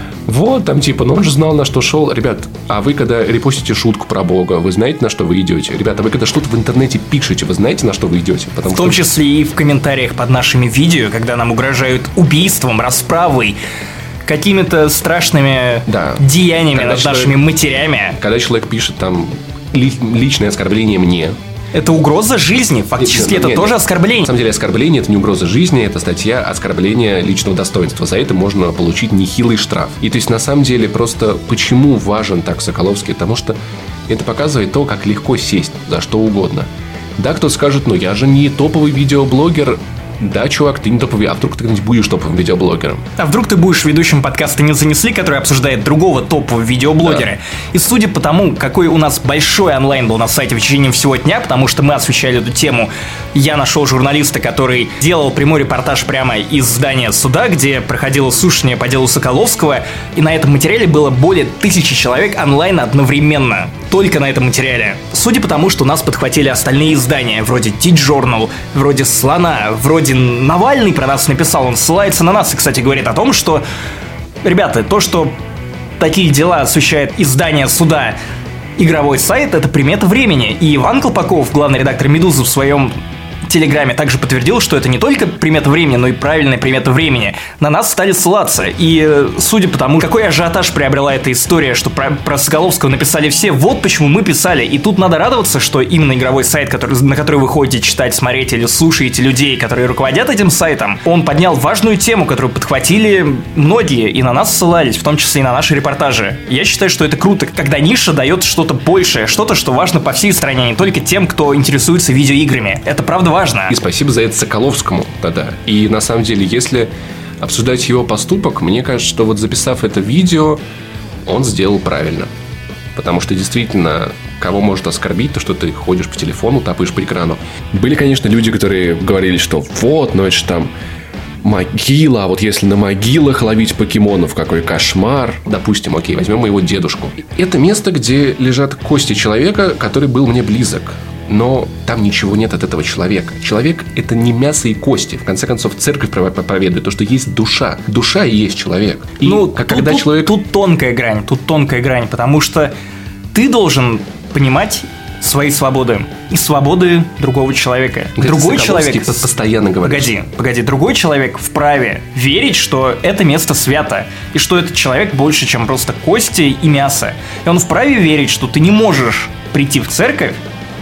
Speaker 1: Он же знал, на что шел. Ребят, а вы, когда репостите шутку про Бога, вы знаете, на что вы идете? Ребята, вы когда что-то в интернете пишете, вы знаете, на что вы идете?
Speaker 2: В том числе и в комментариях под нашими видео, когда нам угрожают убийством, расправой, какими-то страшными деяниями над нашими матерями.
Speaker 1: Когда человек пишет там личное оскорбление мне,
Speaker 2: это угроза жизни. Фактически это тоже оскорбление.
Speaker 1: На самом деле оскорбление – это не угроза жизни, это статья оскорбления личного достоинства. За это можно получить нехилый штраф. И то есть на самом деле просто почему важен так Соколовский? Потому что это показывает то, как легко сесть за что угодно. Да, кто скажет, ну я же не топовый видеоблогер. Да, чувак, ты не топовый, а вдруг ты когда-нибудь будешь топовым видеоблогером? А
Speaker 2: вдруг ты будешь ведущим подкаста «Не занесли», который обсуждает другого топового видеоблогера? Да. И судя по тому, какой у нас большой онлайн был на сайте в течение всего дня, потому что мы освещали эту тему, я нашел журналиста, который делал прямой репортаж прямо из здания суда, где проходило слушание по делу Соколовского, и на этом материале было более 1000 человек онлайн одновременно. Только на этом материале. Судя по тому, что нас подхватили остальные издания, вроде T-Journal, вроде Слона, вроде Навальный про нас написал, он ссылается на нас и, кстати, говорит о том, что, ребята, то, что такие дела освещает издание суда, игровой сайт, это примета времени. И Иван Колпаков, главный редактор «Медузы», в своем Телеграме также подтвердил, что это не только примета времени, но и правильная примета времени. На нас стали ссылаться. И судя по тому, какой ажиотаж приобрела эта история, что про Соколовского написали все, вот почему мы писали. И тут надо радоваться, что именно игровой сайт, на который вы ходите читать, смотреть или слушаете людей, которые руководят этим сайтом, он поднял важную тему, которую подхватили многие и на нас ссылались, в том числе и на наши репортажи. Я считаю, что это круто, когда ниша дает что-то большее, что-то, что важно по всей стране, не только тем, кто интересуется видеоиграми. Это правда важно.
Speaker 1: И спасибо за это Соколовскому тогда. И на самом деле, если обсуждать его поступок, мне кажется, что вот записав это видео, он сделал правильно. Потому что действительно, кого может оскорбить, то, что ты ходишь по телефону, тапаешь по экрану. Были, конечно, люди, которые говорили, что вот, ну это же там могила, а вот если на могилах ловить покемонов, какой кошмар. Допустим, окей, возьмем моего дедушку. Это место, где лежат кости человека, который был мне близок. Но там ничего нет от этого человека. Человек – это не мясо и кости. В конце концов, церковь проповедует то, что есть душа. Душа и есть человек. И когда человек...
Speaker 2: Тут тонкая грань, потому что ты должен понимать свои свободы и свободы другого человека. Другой человек...
Speaker 1: постоянно говорит.
Speaker 2: Погоди. Другой человек вправе верить, что это место свято, и что этот человек больше, чем просто кости и мясо. И он вправе верить, что ты не можешь прийти в церковь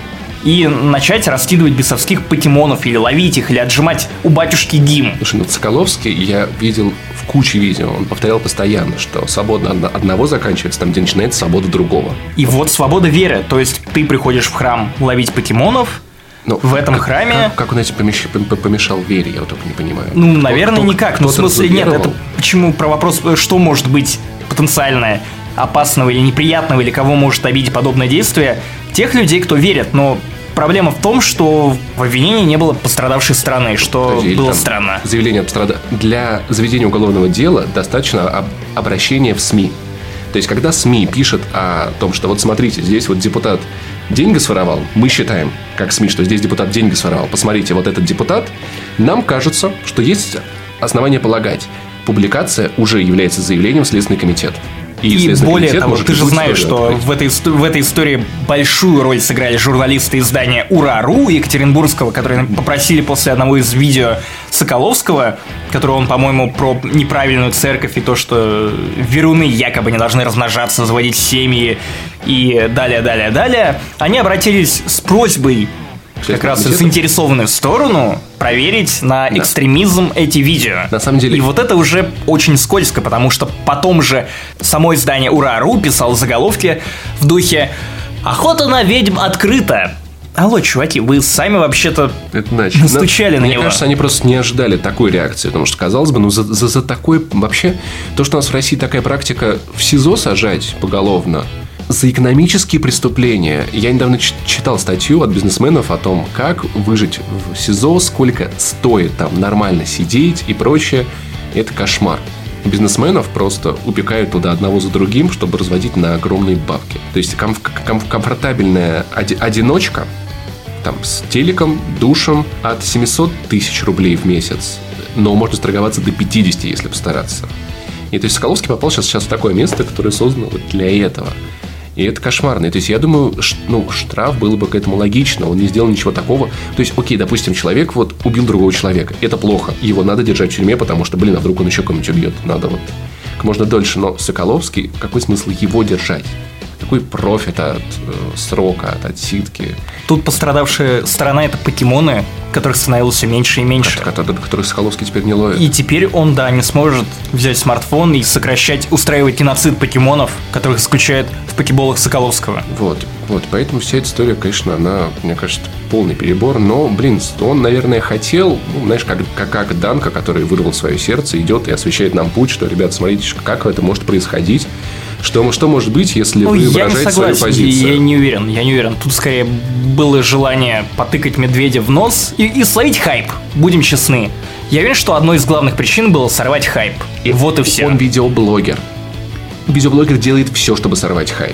Speaker 2: и начать раскидывать бесовских покемонов, или ловить их, или отжимать у батюшки гимн.
Speaker 1: Слушай, Соколовский я видел в куче видео. Он повторял постоянно, что свобода одного заканчивается там, где начинается свобода другого.
Speaker 2: И вот свобода веры. То есть ты приходишь в храм ловить покемонов, в этом храме...
Speaker 1: Как он этим помешал вере, я вот только не понимаю.
Speaker 2: Ну, наверное, никак. Ну, в смысле, нет, это почему про вопрос, что может быть потенциально опасного или неприятного, или кого может обидеть подобное действие, тех людей, кто верит, но проблема в том, что в обвинении не было пострадавшей стороны, что было странно.
Speaker 1: Заявление для заведения уголовного дела достаточно обращения в СМИ. То есть, когда СМИ пишет о том, что вот смотрите, здесь вот депутат деньги своровал, мы считаем, как СМИ, что здесь депутат деньги своровал. Посмотрите, вот этот депутат, нам кажется, что есть основания полагать, публикация уже является заявлением в Следственный комитет.
Speaker 2: И более того, ты же знаешь, что в этой истории большую роль сыграли журналисты издания «Ура.ру» Екатеринбургского, которые попросили после одного из видео Соколовского, которое он, по-моему, про неправильную церковь и то, что веруны якобы не должны размножаться, заводить семьи и далее. Они обратились с просьбой как раз в заинтересованную сторону проверить на экстремизм эти видео.
Speaker 1: На самом деле.
Speaker 2: И вот это уже очень скользко, потому что потом же само издание «Ура.ру» писало заголовки в духе «Охота на ведьм открыта». Алло, чуваки, вы сами вообще-то настучали на него.
Speaker 1: Мне кажется, они просто не ожидали такой реакции, потому что, казалось бы, за такое... Вообще, то, что у нас в России такая практика в СИЗО сажать поголовно, за экономические преступления. Я недавно читал статью от бизнесменов о том, как выжить в СИЗО, сколько стоит там нормально сидеть и прочее. Это кошмар. Бизнесменов просто упекают туда одного за другим, чтобы разводить на огромные бабки. То есть комфортабельная одиночка там, с телеком, душем от 700 тысяч рублей в месяц. Но можно сторговаться до 50, если постараться. И то есть Соколовский попал сейчас в такое место, которое создано вот для этого. И это кошмарно. И, то есть, я думаю, штраф было бы к этому логично. Он не сделал ничего такого. То есть, окей, допустим, человек вот убил другого человека. Это плохо. Его надо держать в тюрьме, потому что, а вдруг он еще кого-нибудь убьет. Надо вот как можно дольше. Но Соколовский, какой смысл его держать? Какой профит от срока, от отсидки?
Speaker 2: Тут пострадавшая сторона – это покемоны, которых становилось все меньше и меньше.
Speaker 1: Которых Соколовский теперь не ловит.
Speaker 2: И теперь он, не сможет взять смартфон и устраивать геноцид покемонов, которых исключают в покеболах Соколовского.
Speaker 1: Вот, поэтому вся эта история, конечно, она, мне кажется, полный перебор. Но, он, наверное, хотел, знаешь, как Данка, который вырвал свое сердце, идет и освещает нам путь, что, ребят, смотрите, как это может происходить. Что может быть, если вы выражаете свою позицию?
Speaker 2: Я не уверен. Тут скорее было желание потыкать медведя в нос и словить хайп. Будем честны. Я уверен, что одной из главных причин было сорвать хайп. И вот и все.
Speaker 1: Он видеоблогер. Видеоблогер делает все, чтобы сорвать хайп.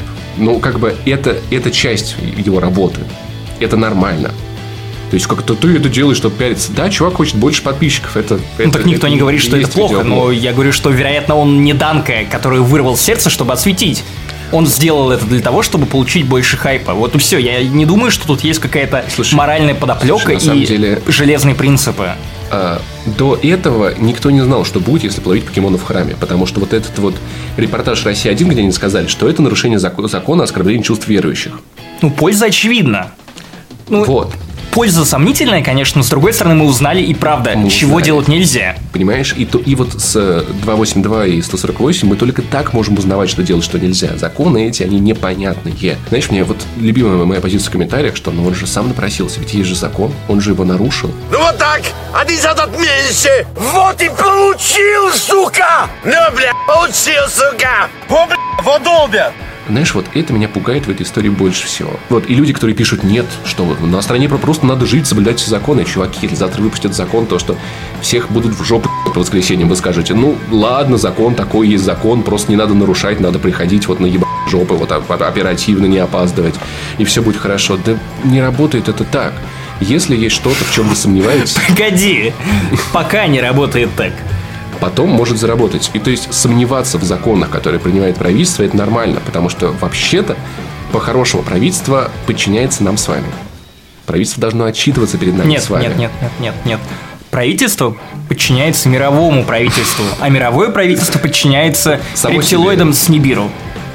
Speaker 1: Это часть его работы. Это нормально. То есть, как-то ты это делаешь, чтобы пиариться. Да, чувак хочет больше подписчиков.
Speaker 2: Так никто не говорит, что это плохо. Но я говорю, что, вероятно, он не Данка, который вырвал сердце, чтобы осветить. Он сделал это для того, чтобы получить больше хайпа. Вот и все. Я не думаю, что тут есть какая-то моральная подоплека и железные принципы.
Speaker 1: До этого никто не знал, что будет, если ловить покемонов в храме. Потому что вот этот репортаж «Россия-1», где они сказали, что это нарушение закона о оскорблении чувств верующих. польза
Speaker 2: очевидна. Польза сомнительная, конечно, но с другой стороны мы узнали и правда, чего делать нельзя.
Speaker 1: Понимаешь? И вот с 282 и 148 мы только так можем узнавать, что делать, что нельзя. Законы эти, они непонятные. Знаешь, мне любимая моя позиция в комментариях, что он же сам напросился, ведь есть же закон, он же его нарушил.
Speaker 3: Ну вот так, один затмился, вот и получил, сука! Получил, сука! Вот долбят!
Speaker 1: Знаешь, это меня пугает в этой истории больше всего. И люди, которые пишут, нет, что на стране просто надо жить, соблюдать все законы. Чуваки, если завтра выпустят закон, то что всех будут в жопу по воскресеньям, вы скажете, ладно, закон такой есть закон, просто не надо нарушать, надо приходить на жопы, оперативно, не опаздывать, и все будет хорошо. Да не работает это так. Если есть что-то, в чем вы сомневаетесь...
Speaker 2: Погоди, пока не работает так.
Speaker 1: Потом может заработать. И то есть сомневаться в законах, которые принимает правительство, это нормально, потому что вообще-то по-хорошему правительство подчиняется нам с вами. Правительство должно отчитываться перед нами с вами.
Speaker 2: Нет. Правительство подчиняется мировому правительству, а мировое правительство подчиняется рептилоидам с Нибиру.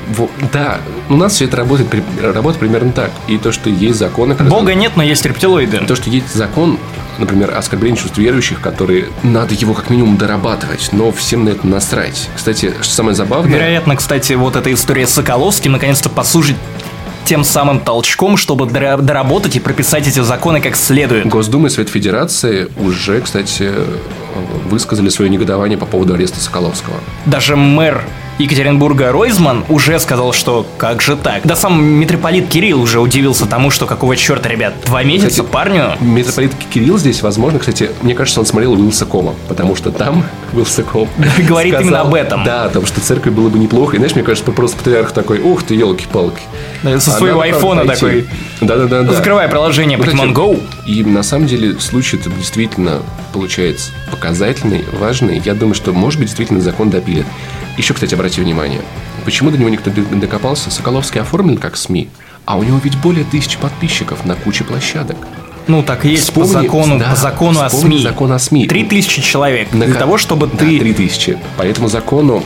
Speaker 1: Да, у нас все это работает примерно так. И то, что есть законы...
Speaker 2: Бога нет, но есть рептилоиды.
Speaker 1: То, что есть закон, например, о оскорблении чувств верующих, который надо его как минимум дорабатывать, но всем на это насрать. Кстати, что самое забавное...
Speaker 2: Вероятно, кстати, эта история с Соколовским наконец-то послужит тем самым толчком, чтобы доработать и прописать эти законы как следует.
Speaker 1: Госдума и Совет Федерации уже, кстати, высказали свое негодование по поводу ареста Соколовского.
Speaker 2: Даже мэр Екатеринбурга Ройзман уже сказал, что как же так. Да сам митрополит Кирилл уже удивился тому, что какого черта, ребят, 2 месяца, кстати, парню.
Speaker 1: Митрополит Кирилл здесь, возможно, кстати, мне кажется, он смотрел Вилсакома, потому что там Вилсаком
Speaker 2: говорит именно об этом.
Speaker 1: Да, о том, что церкви было бы неплохо. И знаешь, мне кажется, просто патриарх такой, ух ты, елки-палки.
Speaker 2: Со своего айфона такой.
Speaker 1: Да.
Speaker 2: Закрывай приложение Pokemon Go.
Speaker 1: И на самом деле случай это действительно получается показательный, важный. Я думаю, что, может быть, действительно закон допилят. Еще, кстати, обрати внимание, почему до него никто не докопался? Соколовский оформлен как СМИ, а у него ведь более 1000 подписчиков на куче площадок.
Speaker 2: Так и есть по закону о СМИ.
Speaker 1: Закон о СМИ.
Speaker 2: 3000 человек для того, чтобы ты...
Speaker 1: 3000. По этому закону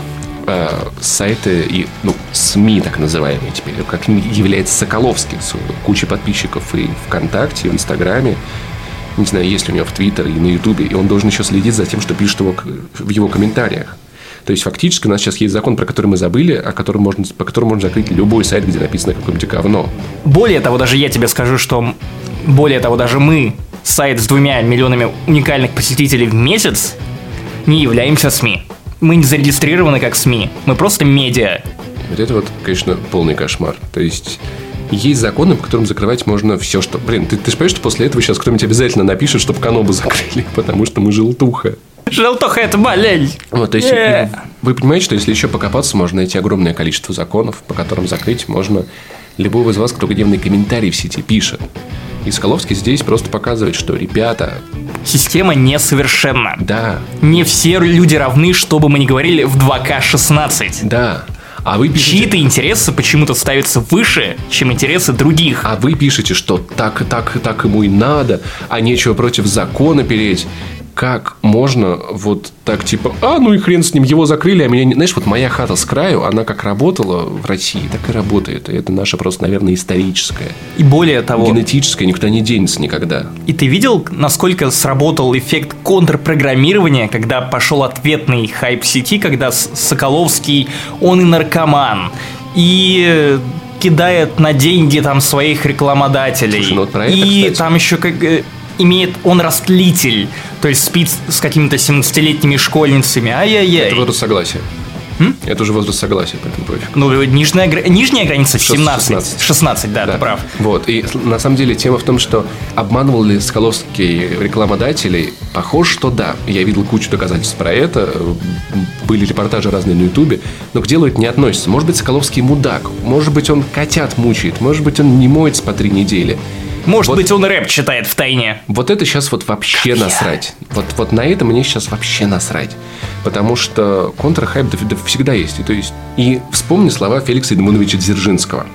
Speaker 1: сайты и СМИ, так называемые теперь, как является Соколовский, с кучей подписчиков и ВКонтакте, и в Инстаграме. Не знаю, есть ли у него в Твиттере и на Ютубе, и он должен еще следить за тем, что пишут в его комментариях. То есть, фактически, у нас сейчас есть закон, про который мы забыли, по которому можно закрыть любой сайт, где написано какое-нибудь говно.
Speaker 2: Более того, даже я тебе скажу, что... даже мы, сайт с 2 миллионами уникальных посетителей в месяц, не являемся СМИ. Мы не зарегистрированы как СМИ. Мы просто медиа.
Speaker 1: Это конечно, полный кошмар. То есть... Есть законы, по которым закрывать можно все, что... ты же понимаешь, что после этого сейчас кто-нибудь обязательно напишет, чтобы Канобу закрыли, потому что мы желтуха.
Speaker 2: Желтуха – это болезнь.
Speaker 1: То есть, вы понимаете, что если еще покопаться, можно найти огромное количество законов, по которым закрыть можно любого из вас, кто гневный комментарий в сети пишет. И Соколовский здесь просто показывает, что, ребята...
Speaker 2: Система несовершенна.
Speaker 1: Да.
Speaker 2: Не все люди равны, что бы мы ни говорили, в 2К16.
Speaker 1: Да. А вы пишете...
Speaker 2: Чьи-то интересы почему-то ставятся выше, чем интересы других.
Speaker 1: А вы пишете, что так ему и надо, а нечего против закона переть. как можно вот так типа, ну и хрен с ним, его закрыли, а меня не... Знаешь, вот моя хата с краю, она как работала в России, так и работает. И это наша просто, наверное, историческая.
Speaker 2: И более того...
Speaker 1: Генетическая, никуда не денется никогда.
Speaker 2: И ты видел, насколько сработал эффект контрпрограммирования, когда пошел ответный хайп сети, когда Соколовский, он и наркоман, и... кидает на деньги там своих рекламодателей.
Speaker 1: Слушай, ну вот про это,
Speaker 2: и
Speaker 1: кстати...
Speaker 2: там еще как имеет он растлитель, то есть спит с какими-то 17-летними школьницами. Ай-яй-яй.
Speaker 1: Это возраст согласия. Это уже возраст согласия, поэтому пофиг.
Speaker 2: Ну, нижняя граница 17. 16, да, ты прав.
Speaker 1: Вот, и на самом деле тема в том, что обманывал ли Соколовский рекламодателей? Похоже, что да. Я видел кучу доказательств про это. Были репортажи разные на Ютубе. Но к делу это не относится. Может быть, Соколовский мудак. Может быть, он котят мучает. Может быть, он не моется по 3 недели.
Speaker 2: Может быть, он рэп читает в тайне.
Speaker 1: Вот это сейчас вот вообще насрать. Вот на это мне сейчас вообще насрать. Потому что контрхайп всегда есть. И вспомни слова Феликса Эдмундовича Дзержинского.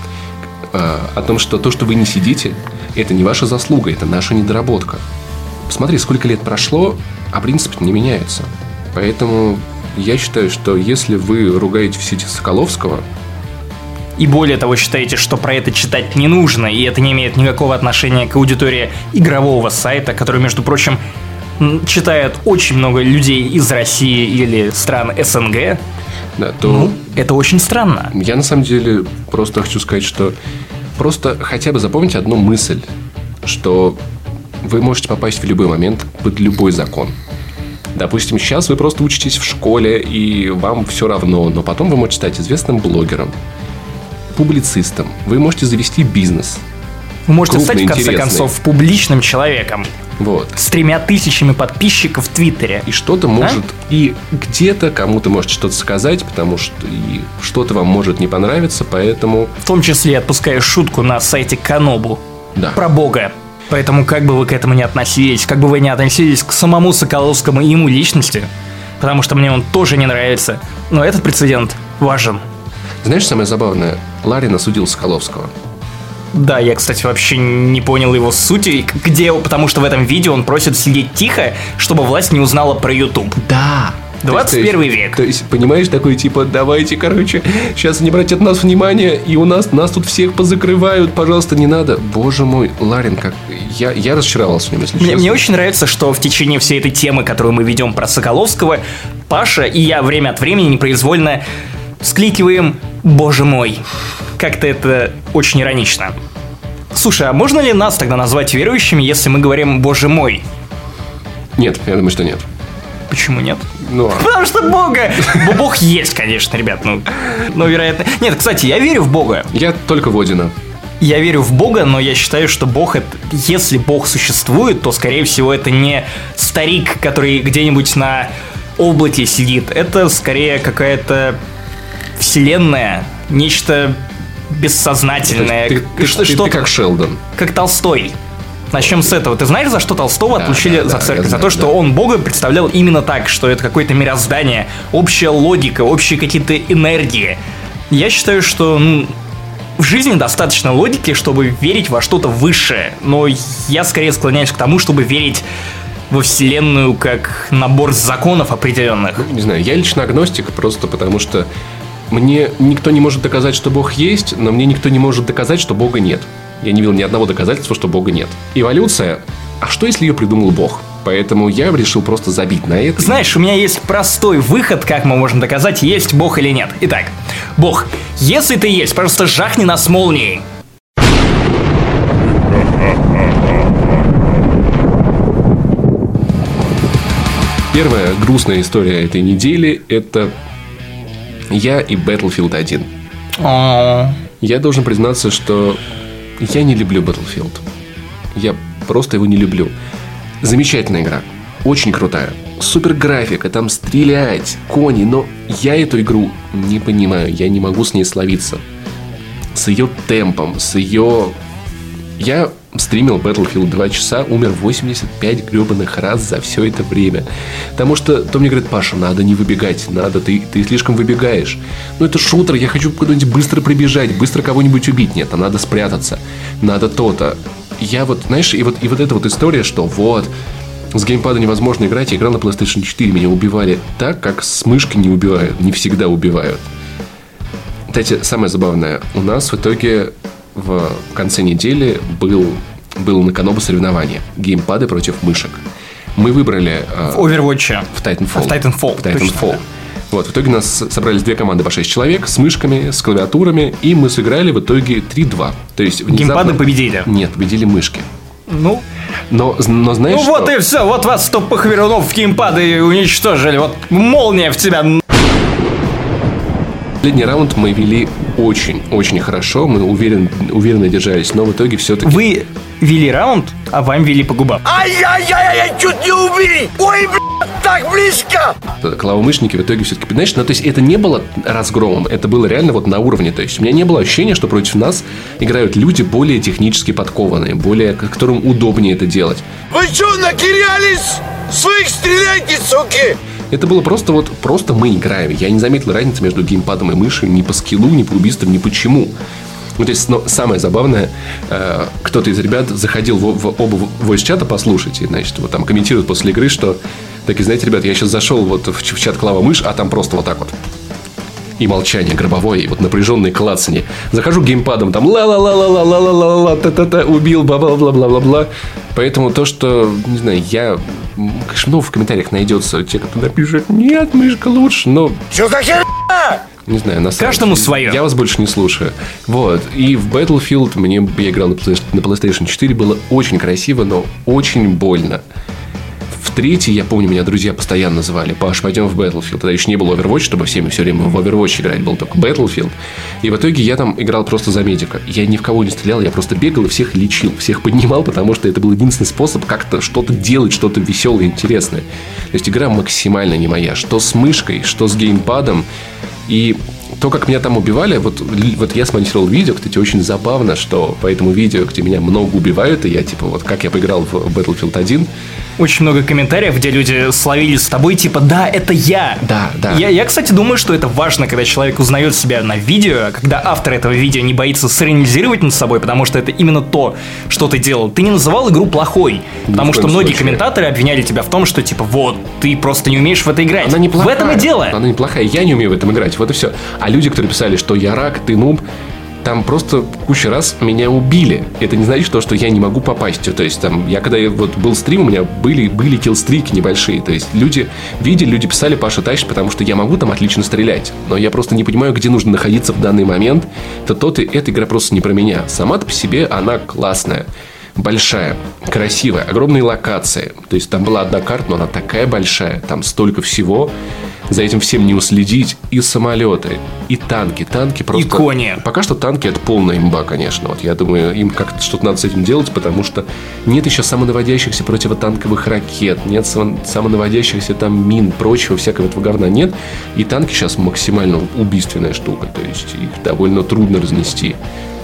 Speaker 1: О том, что то, что вы не сидите, это не ваша заслуга, это наша недоработка. Посмотри, сколько лет прошло, а принцип не меняется. Поэтому я считаю, что если вы ругаете в сети Соколовского...
Speaker 2: И более того, считаете, что про это читать не нужно, и это не имеет никакого отношения к аудитории игрового сайта, который, между прочим, читает очень много людей из России или стран СНГ,
Speaker 1: да, то
Speaker 2: это очень странно.
Speaker 1: Я на самом деле просто хочу сказать, что просто хотя бы запомните одну мысль, что вы можете попасть в любой момент под любой закон. Допустим, сейчас вы просто учитесь в школе, и вам все равно, но потом вы можете стать известным блогером, публицистом, вы можете завести бизнес.
Speaker 2: Вы можете стать, в конце концов, публичным человеком.
Speaker 1: Вот.
Speaker 2: С 3000 подписчиков в Твиттере.
Speaker 1: И что-то может... И где-то кому-то может что-то сказать, потому что и что-то вам может не понравиться, поэтому...
Speaker 2: В том числе отпускаю шутку на сайте Канобу.
Speaker 1: Да.
Speaker 2: Про Бога. Поэтому как бы вы к этому не относились, как бы вы не относились к самому Соколовскому и ему личности, потому что мне он тоже не нравится, но этот прецедент важен.
Speaker 1: Знаешь, самое забавное? Ларин осудил Соколовского.
Speaker 2: Да, я, кстати, вообще не понял его сути, потому что в этом видео он просит сидеть тихо, чтобы власть не узнала про YouTube.
Speaker 1: Да.
Speaker 2: 21 век.
Speaker 1: То есть, понимаешь, такой типа, давайте, сейчас не брать от нас внимания, и нас тут всех позакрывают, пожалуйста, не надо. Боже мой, Ларин, как... Я разочаровался в нем, если честно.
Speaker 2: Мне очень нравится, что в течение всей этой темы, которую мы ведем про Соколовского, Паша и я время от времени непроизвольно вскликиваем «Боже мой». Как-то это очень иронично. Слушай, а можно ли нас тогда назвать верующими, если мы говорим «Боже мой»?
Speaker 1: Нет, я думаю, что нет.
Speaker 2: Почему нет?
Speaker 1: Ну,
Speaker 2: потому что Бога! Бог есть, конечно, ребят, но вероятно... Нет, кстати, я верю в Бога.
Speaker 1: Я только в Одина.
Speaker 2: Я верю в Бога, но я считаю, что Бог это... Если Бог существует, то, скорее всего, это не старик, который где-нибудь на облаке сидит. Это скорее какая-то вселенная, нечто бессознательное.
Speaker 1: Ты как Шелдон.
Speaker 2: Как Толстой. Начнем с этого. Ты знаешь, за что Толстого отлучили за церковь? За то, что он Бога представлял именно так, что это какое-то мироздание, общая логика, общие какие-то энергии. Я считаю, что в жизни достаточно логики, чтобы верить во что-то высшее. Но я скорее склоняюсь к тому, чтобы верить во вселенную как набор законов определенных.
Speaker 1: Не знаю, я лично агностик, просто потому что мне никто не может доказать, что Бог есть, но мне никто не может доказать, что Бога нет. Я не видел ни одного доказательства, что Бога нет. Эволюция, а что если ее придумал Бог? Поэтому я решил просто забить на это.
Speaker 2: Знаешь, у меня есть простой выход, как мы можем доказать, есть Бог или нет. Итак, Бог, если ты есть, просто жахни нас молнией.
Speaker 1: Первая грустная история этой недели – это я и Battlefield 1. Я должен признаться, что я не люблю Battlefield. Я просто его не люблю. Замечательная игра. Очень крутая. Супер графика, там стрелять, кони. Но я эту игру не понимаю. Я не могу с ней словиться. С ее темпом, с ее... Я стримил Battlefield 2 часа, умер 85 гребаных раз за все это время. Потому что то мне говорит: Паша, надо не выбегать, ты слишком выбегаешь. Ну это шутер, я хочу куда-нибудь быстро пробежать, быстро кого-нибудь убить. Нет, а надо спрятаться, надо то-то. Я вот, знаешь, и вот эта вот история, что вот С геймпада невозможно играть. Я играл на PlayStation 4. Меня убивали так, как с мышки не убивают. Не всегда убивают. Кстати, самое забавное. У нас в итоге в конце недели было на Канобу соревнование. Геймпады против мышек. Мы выбрали...
Speaker 2: В Overwatch.
Speaker 1: В Titanfall.
Speaker 2: В Titanfall.
Speaker 1: Вот, в итоге у нас собрались 2 команды по 6 человек с мышками, с клавиатурами, и мы сыграли в итоге 3-2. То есть внезапно...
Speaker 2: Геймпады победили?
Speaker 1: Нет, победили мышки.
Speaker 2: Ну...
Speaker 1: Но знаешь,
Speaker 2: ну
Speaker 1: что...
Speaker 2: вот и все, вот вас 100 похверунов в геймпады уничтожили. Вот молния в тебя...
Speaker 1: Последний раунд мы вели очень хорошо, мы уверенно держались, но в итоге все-таки...
Speaker 2: Вы вели раунд, а вам вели по губам.
Speaker 3: Ай-яй-яй-яй, чуть не убили! Ой, блядь, так близко!
Speaker 1: Клавомышники в итоге все-таки, понимаешь, ну, то есть это не было разгромом, это было реально вот на уровне, то есть у меня не было ощущения, что против нас играют люди более технически подкованные, более, которым удобнее это делать.
Speaker 3: Вы что, накирялись? Своих стреляйте, суки!
Speaker 1: Это было просто мы играем. Я не заметил разницы между геймпадом и мышью ни по скиллу, ни по убийствам, ни почему. Вот здесь самое забавное, кто-то из ребят заходил в оба войс-чата послушать, и, значит, вот там комментируют после игры, что, так и знаете, ребят, я сейчас зашел вот в чат Клава Мышь, а там просто вот так вот. И молчание гробовое, и вот напряженные клацанье. Захожу геймпадом, там ла-ла-ла-ла-ла-ла-ла-ла, та-та-та, убил, бла-бла-бла-бла-бла-бла. Поэтому то, что, не знаю, конечно, много в комментариях найдется те, кто напишет, нет, мышка лучше, но...
Speaker 3: Что за херня?
Speaker 1: Не знаю, на самом
Speaker 2: Каждому
Speaker 1: деле,
Speaker 2: свое.
Speaker 1: Я вас больше не слушаю. Вот. И в Battlefield я играл на PlayStation 4, было очень красиво, но очень больно. В 3-й, я помню, меня друзья постоянно звали: Паш, пойдем в Battlefield. Тогда еще не было Overwatch, чтобы всеми все время в Overwatch играть, был только Battlefield. И в итоге я там играл просто за медика. Я ни в кого не стрелял, я просто бегал и всех лечил, всех поднимал, потому что это был единственный способ как-то что-то делать, что-то веселое, интересное. То есть игра максимально не моя. Что с мышкой, что с геймпадом. И то, как меня там убивали, вот я смонтировал видео, кстати, очень забавно, что по этому видео, где меня много убивают, и я типа вот как я поиграл в Battlefield 1.
Speaker 2: Очень много комментариев, где люди словили с тобой, типа, да, это я.
Speaker 1: Да.
Speaker 2: Я, кстати, думаю, что это важно, когда человек узнает себя на видео, когда автор этого видео не боится сиронизировать над собой, потому что это именно то, что ты делал. Ты не называл игру плохой, потому что многие комментаторы обвиняли тебя в том, что, типа, вот, ты просто не умеешь в это играть.
Speaker 1: Она неплохая.
Speaker 2: В этом и дело.
Speaker 1: Она неплохая, я не умею в этом играть, вот и все. А люди, которые писали, что я рак, ты нуб, там просто куча раз меня убили. Это не значит, что я не могу попасть. То есть, там, я когда вот был стрим, у меня были киллстрики небольшие. То есть, люди видели, люди писали: Паша, тащишь, потому что я могу там отлично стрелять. Но я просто не понимаю, где нужно находиться в данный момент. Эта игра просто не про меня. Сама-то по себе она классная. Большая, красивая, огромные локации. То есть, там была одна карта, но она такая большая. Там столько всего. За этим всем не уследить. И самолеты, и танки. Танки просто...
Speaker 2: И кони.
Speaker 1: Пока что танки — это полная имба, конечно. Вот я думаю, им как-то что-то надо с этим делать, потому что нет еще самонаводящихся противотанковых ракет, нет самонаводящихся там мин, прочего всякого этого говна нет. И танки сейчас максимально убийственная штука. То есть, их довольно трудно разнести.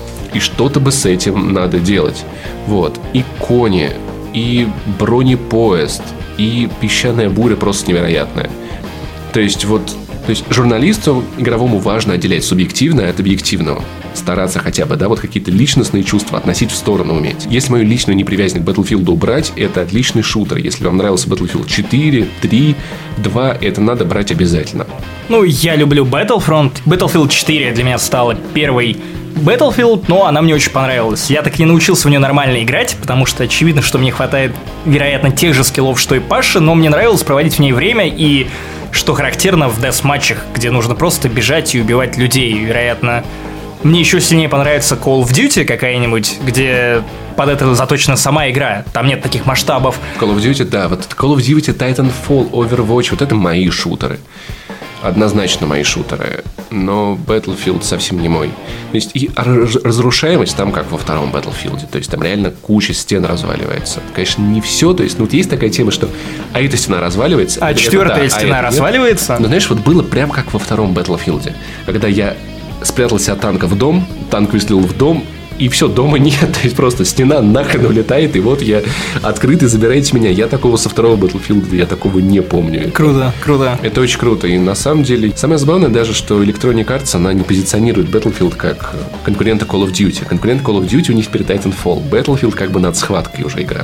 Speaker 1: И что-то бы с этим надо делать. Вот. И кони, и бронепоезд, и песчаная буря просто невероятная. То есть, журналисту игровому важно отделять субъективное от объективного. Стараться хотя бы, вот какие-то личностные чувства относить в сторону уметь. Если мою личную непривязанность к Battlefield убрать, это отличный шутер. Если вам нравился Battlefield 4, 3, 2, это надо брать обязательно.
Speaker 2: Ну, я люблю Battlefront. Battlefield 4 для меня стала первой Battlefield, но она мне очень понравилась. Я так и не научился в нее нормально играть, потому что очевидно, что мне хватает, вероятно, тех же скиллов, что и Паше, но мне нравилось проводить в ней время, и что характерно в дес-матчах, где нужно просто бежать и убивать людей. Вероятно, мне еще сильнее понравится Call of Duty какая-нибудь, где под это заточена сама игра. Там нет таких масштабов.
Speaker 1: Call of Duty, да. Вот Call of Duty, Titanfall, Overwatch, вот это мои шутеры. Однозначно мои шутеры. Но Battlefield совсем не мой. То есть, и разрушаемость там как во втором Battlefield. То есть, там реально куча стен разваливается. Конечно, не все. То есть, вот есть такая тема, что эта стена разваливается.
Speaker 2: А четвертая стена разваливается?
Speaker 1: Но знаешь, вот было прям как во втором Battlefield. Когда я спрятался от танка в дом, танк выстрелил в дом, и все, дома нет. То есть, просто стена нахрен улетает, и вот я открытый, забирайте меня. Я такого со второго Battlefield, я такого не помню.
Speaker 2: Круто.
Speaker 1: Это очень круто. И на самом деле, самое забавное даже, что Electronic Arts, она не позиционирует Battlefield как конкурента Call of Duty. Конкурент Call of Duty у них теперь Titanfall. Battlefield как бы над схваткой уже игра.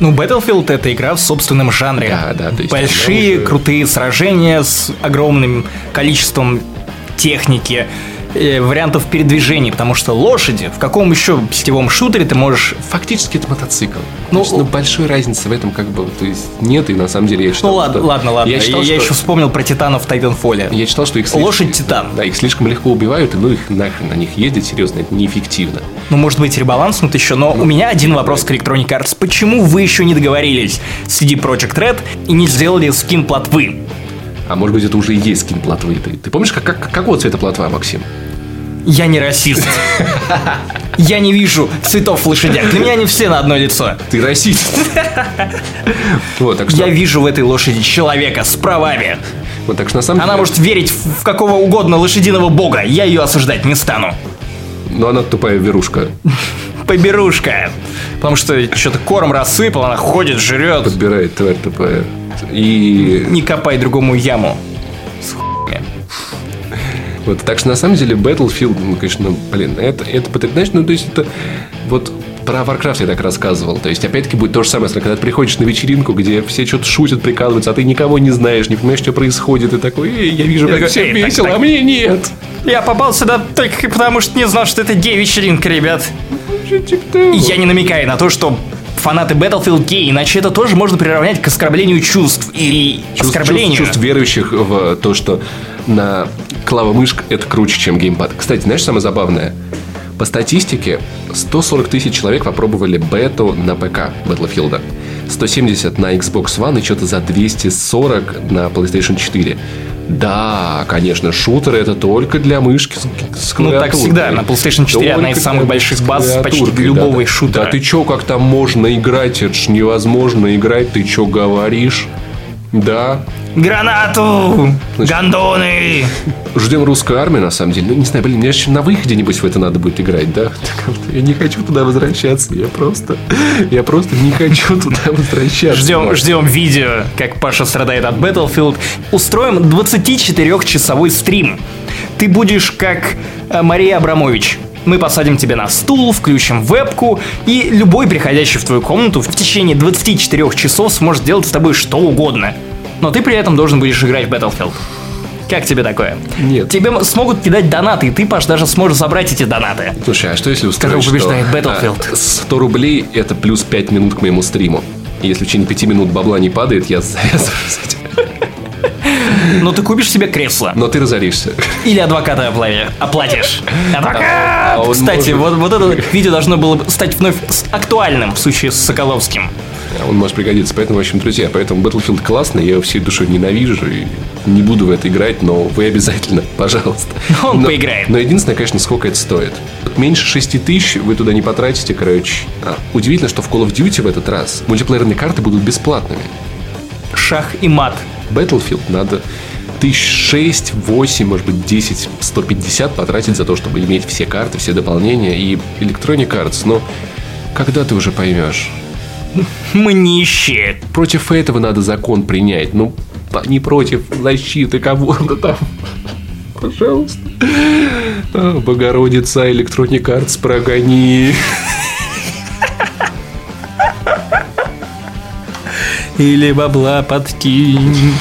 Speaker 2: Ну, Battlefield — это игра в собственном жанре.
Speaker 1: Да, то есть
Speaker 2: большие,
Speaker 1: уже...
Speaker 2: крутые сражения с огромным количеством техники, вариантов передвижения, потому что лошади, в каком еще сетевом шутере ты можешь...
Speaker 1: Фактически это мотоцикл.
Speaker 2: Ну,
Speaker 1: большой разницы в этом как бы, то есть нет, и на самом деле я считал,
Speaker 2: ладно. Я еще вспомнил про титанов в Titanfall.
Speaker 1: Я читал, что их
Speaker 2: лошадь-титан.
Speaker 1: Да, их слишком легко убивают, и ну их нахрен на них ездить, серьезно, это неэффективно.
Speaker 2: Ну, может быть, ребаланснут еще, но у меня один вопрос к Electronic Arts. Почему вы еще не договорились с CD Projekt Red и не сделали скин плотвы?
Speaker 1: А может быть, это уже и есть скин плотвы. Ты помнишь, какого цвета плотва, Максим?
Speaker 2: Я не расист. Я не вижу цветов в лошадях. Для меня они все на одно лицо.
Speaker 1: Ты расист.
Speaker 2: Я вижу в этой лошади человека с правами.
Speaker 1: Вот, так что на самом деле...
Speaker 2: Она может верить в какого угодно лошадиного бога. Я ее осуждать не стану.
Speaker 1: Но она тупая верушка.
Speaker 2: Поберушка. Потому что что-то корм рассыпал, она ходит, жрет.
Speaker 1: Подбирает, тварь тупая. И...
Speaker 2: Не копай другому яму. С хуями.
Speaker 1: Вот, так что на самом деле Battlefield, ну, конечно, блин, это знаешь, ну, то есть это вот про Warcraft я так рассказывал. То есть, опять-таки, будет то же самое, когда ты приходишь на вечеринку, где все что-то шутят, прикалываются, а ты никого не знаешь, не понимаешь, что происходит, и такой, я вижу, как всем весело, а мне нет.
Speaker 2: Я попал сюда только потому, что не знал, что это гей-вечеринка, ребят. Я не намекаю на то, что фанаты Battlefield гей, иначе это тоже можно приравнять к оскорблению чувств и оскорблению.
Speaker 1: Чувств верующих в то, что на клавомышка это круче, чем геймпад. Кстати, знаешь, самое забавное? По статистике, 140 тысяч человек попробовали бету на ПК Battlefield, 170 на Xbox One и что-то за 240 на PlayStation 4. Да, конечно, шутеры это только для мышки с клавиатурой.
Speaker 2: Ну, так всегда. На PlayStation 4 только одна из самых больших баз почти любого шутера.
Speaker 1: Да ты чё, как там можно играть? Это ж невозможно играть. Ты чё говоришь? Да.
Speaker 2: Гранату! Значит, гондоны!
Speaker 1: Ждем русскую армию, на самом деле. Ну, не знаю, блин, мне еще на выходе, небось, в это надо будет играть, да? Я не хочу туда возвращаться. Я просто не хочу туда возвращаться.
Speaker 2: Ждем видео, как Паша страдает от Battlefield. Устроим 24-часовой стрим. Ты будешь как Мария Абрамович. Мы посадим тебя на стул, включим вебку, и любой приходящий в твою комнату в течение 24 часов сможет делать с тобой что угодно. Но ты при этом должен будешь играть в Battlefield. Как тебе такое?
Speaker 1: Нет.
Speaker 2: Тебе смогут кидать донаты, и ты, Паш, даже сможешь забрать эти донаты.
Speaker 1: Слушай, а что если устроить,
Speaker 2: что побеждает Battlefield?
Speaker 1: 100 рублей это плюс 5 минут к моему стриму. И если в течение 5 минут бабла не падает, я завязываю с этим.
Speaker 2: Но ты купишь себе кресло.
Speaker 1: Но ты разоришься.
Speaker 2: Или адвоката оплатишь. Адвокат! Кстати, вот это видео должно было стать вновь актуальным в случае с Соколовским.
Speaker 1: Он может пригодиться. Поэтому, в общем, друзья, поэтому Battlefield классный, я его всей душой ненавижу и не буду в это играть, но вы обязательно, пожалуйста.
Speaker 2: Он поиграет.
Speaker 1: Но единственное, конечно, сколько это стоит. Меньше 6 тысяч вы туда не потратите, короче. Удивительно, что в Call of Duty в этот раз мультиплеерные карты будут бесплатными.
Speaker 2: Шах и мат.
Speaker 1: Battlefield надо 6, 8, может быть 10, 150 потратить за то, чтобы иметь все карты, все дополнения и Electronic Arts. Но когда ты уже поймешь?
Speaker 2: Мы нищие.
Speaker 1: Против этого надо закон принять. Ну, не против защиты кого-то там. Пожалуйста. Богородица, Electronic Arts, прогони.
Speaker 2: Или бабла подкинь.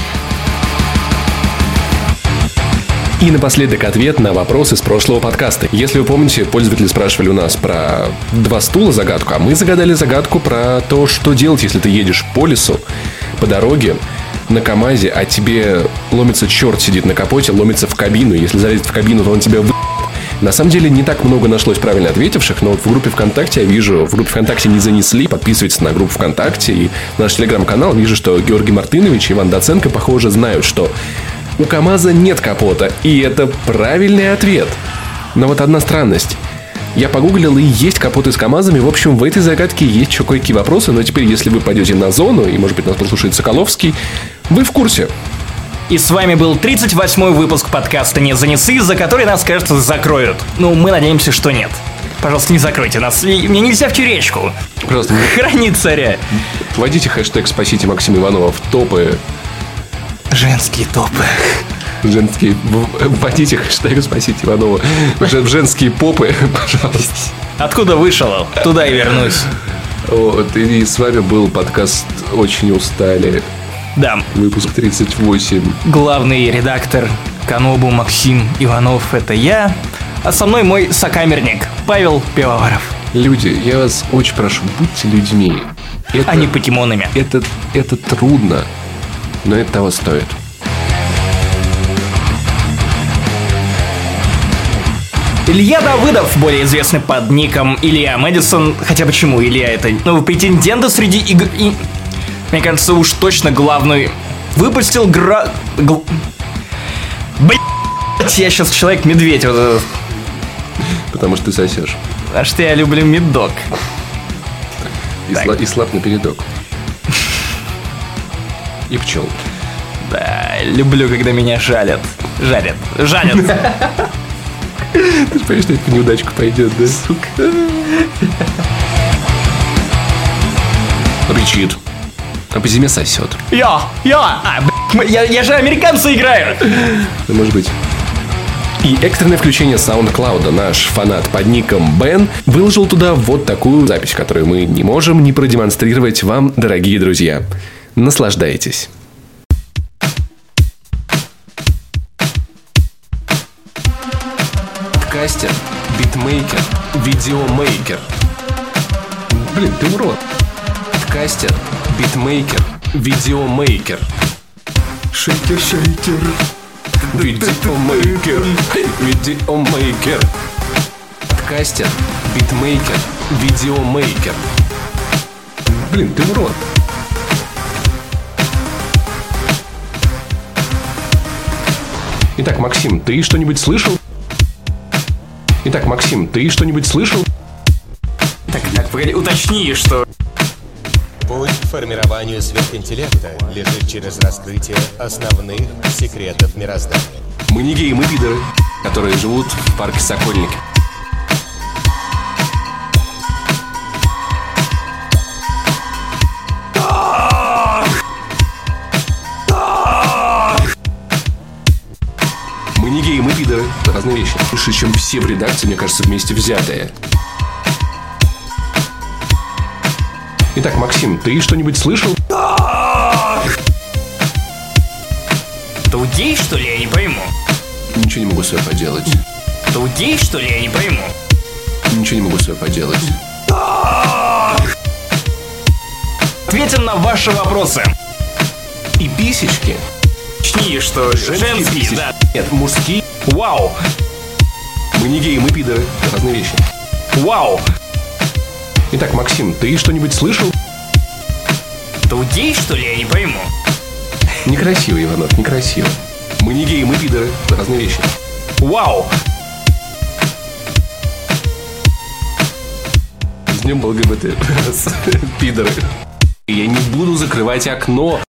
Speaker 1: И напоследок ответ на вопрос из прошлого подкаста. Если вы помните, пользователи спрашивали у нас про 2 стула загадку, а мы загадали загадку про то, что делать, если ты едешь по лесу, по дороге, на КамАЗе, а тебе ломится черт, сидит на капоте, ломится в кабину. Если залезет в кабину, то он тебя На самом деле не так много нашлось правильно ответивших, но вот в группе ВКонтакте я вижу, в группе ВКонтакте не занесли, подписывайтесь на группу ВКонтакте и наш телеграм-канал, вижу, что Георгий Мартынович и Иван Доценко, похоже, знают, что у КамАЗа нет капота, и это правильный ответ. Но вот одна странность. Я погуглил, и есть капоты с КамАЗами. В общем, в этой загадке есть еще кое-какие вопросы, но теперь, если вы пойдете на зону, и, может быть, нас послушает Соколовский, вы в курсе.
Speaker 2: И с вами был 38-й выпуск подкаста «Не занесы», за который нас, кажется, закроют. Ну, мы надеемся, что нет. Пожалуйста, не закройте нас. Мне нельзя в тюречку.
Speaker 1: Пожалуйста.
Speaker 2: Храни царя.
Speaker 1: Вводите хэштег «Спасите Максима Иванова» в топы.
Speaker 2: Женские топы.
Speaker 1: Женские. Вводите хэштег «Спасите Иванова» в женские попы, пожалуйста.
Speaker 2: Откуда вышел? Туда и вернусь.
Speaker 1: Вот, и с вами был подкаст «Очень устали».
Speaker 2: Да.
Speaker 1: Выпуск 38.
Speaker 2: Главный редактор Канобу Максим Иванов — это я. А со мной мой сокамерник Павел Пивоваров.
Speaker 1: Люди, я вас очень прошу, будьте людьми.
Speaker 2: А не покемонами.
Speaker 1: Это трудно, но это того стоит.
Speaker 2: Илья Давыдов, более известный под ником Илья Мэдисон. Хотя почему Илья это? Ну, претендента среди игр... Мне кажется, уж точно главный. Выпустил Блять, я сейчас Человек-медведь. Вот.
Speaker 1: Потому что ты сосешь.
Speaker 2: А что я люблю медок.
Speaker 1: И слаб на передок. И пчел.
Speaker 2: Да, люблю, когда меня жалят. Жарят.
Speaker 1: Ты же понимаешь, что это в неудачку пойдет, да? Сука. Рычит. А по зиме сосет.
Speaker 2: Я же американца играю.
Speaker 1: Да, может быть. И экстренное включение SoundCloud. Наш фанат под ником Бен выложил туда вот такую запись, которую мы не можем не продемонстрировать вам, дорогие друзья. Наслаждайтесь. Кастер, битмейкер, видеомейкер. Блин, ты урод. Кастер, битмейкер, видеомейкер. Шейкер. Видеомейкер. Видеомейкер. Кастер, битмейкер, видеомейкер. Блин, ты урод. Итак, Максим, ты что-нибудь слышал?
Speaker 2: Так, погоди, уточни, что...
Speaker 5: Путь к формированию сверхинтеллекта лежит через раскрытие основных секретов мироздания.
Speaker 1: Мы не геи, мы пидоры, которые живут в парке Сокольники. Мы не геи, мы пидоры. Разные вещи. Больше, чем все в редакции, мне кажется, вместе взятые. Итак, Максим, ты что-нибудь слышал?
Speaker 2: Таудей, что ли, я не пойму?
Speaker 1: Ничего не могу с собой поделать.
Speaker 2: Таудей, что ли, я не пойму?
Speaker 1: Ничего не могу с собой поделать.
Speaker 2: Ответим на ваши вопросы.
Speaker 1: И писечки.
Speaker 2: Точнее, что женские,
Speaker 1: писечки.
Speaker 2: да.
Speaker 1: Нет, мужские.
Speaker 2: Вау.
Speaker 1: Мы не геи, мы пидоры. Разные вещи.
Speaker 2: Вау.
Speaker 1: Итак, Максим, ты что-нибудь слышал?
Speaker 2: Таудей, что ли, я не пойму?
Speaker 1: Некрасиво, Иванов, некрасиво. Мы не геи, мы пидоры. Разные вещи.
Speaker 2: Вау.
Speaker 1: С днем ЛГБТ. Пидоры. Я не буду закрывать окно.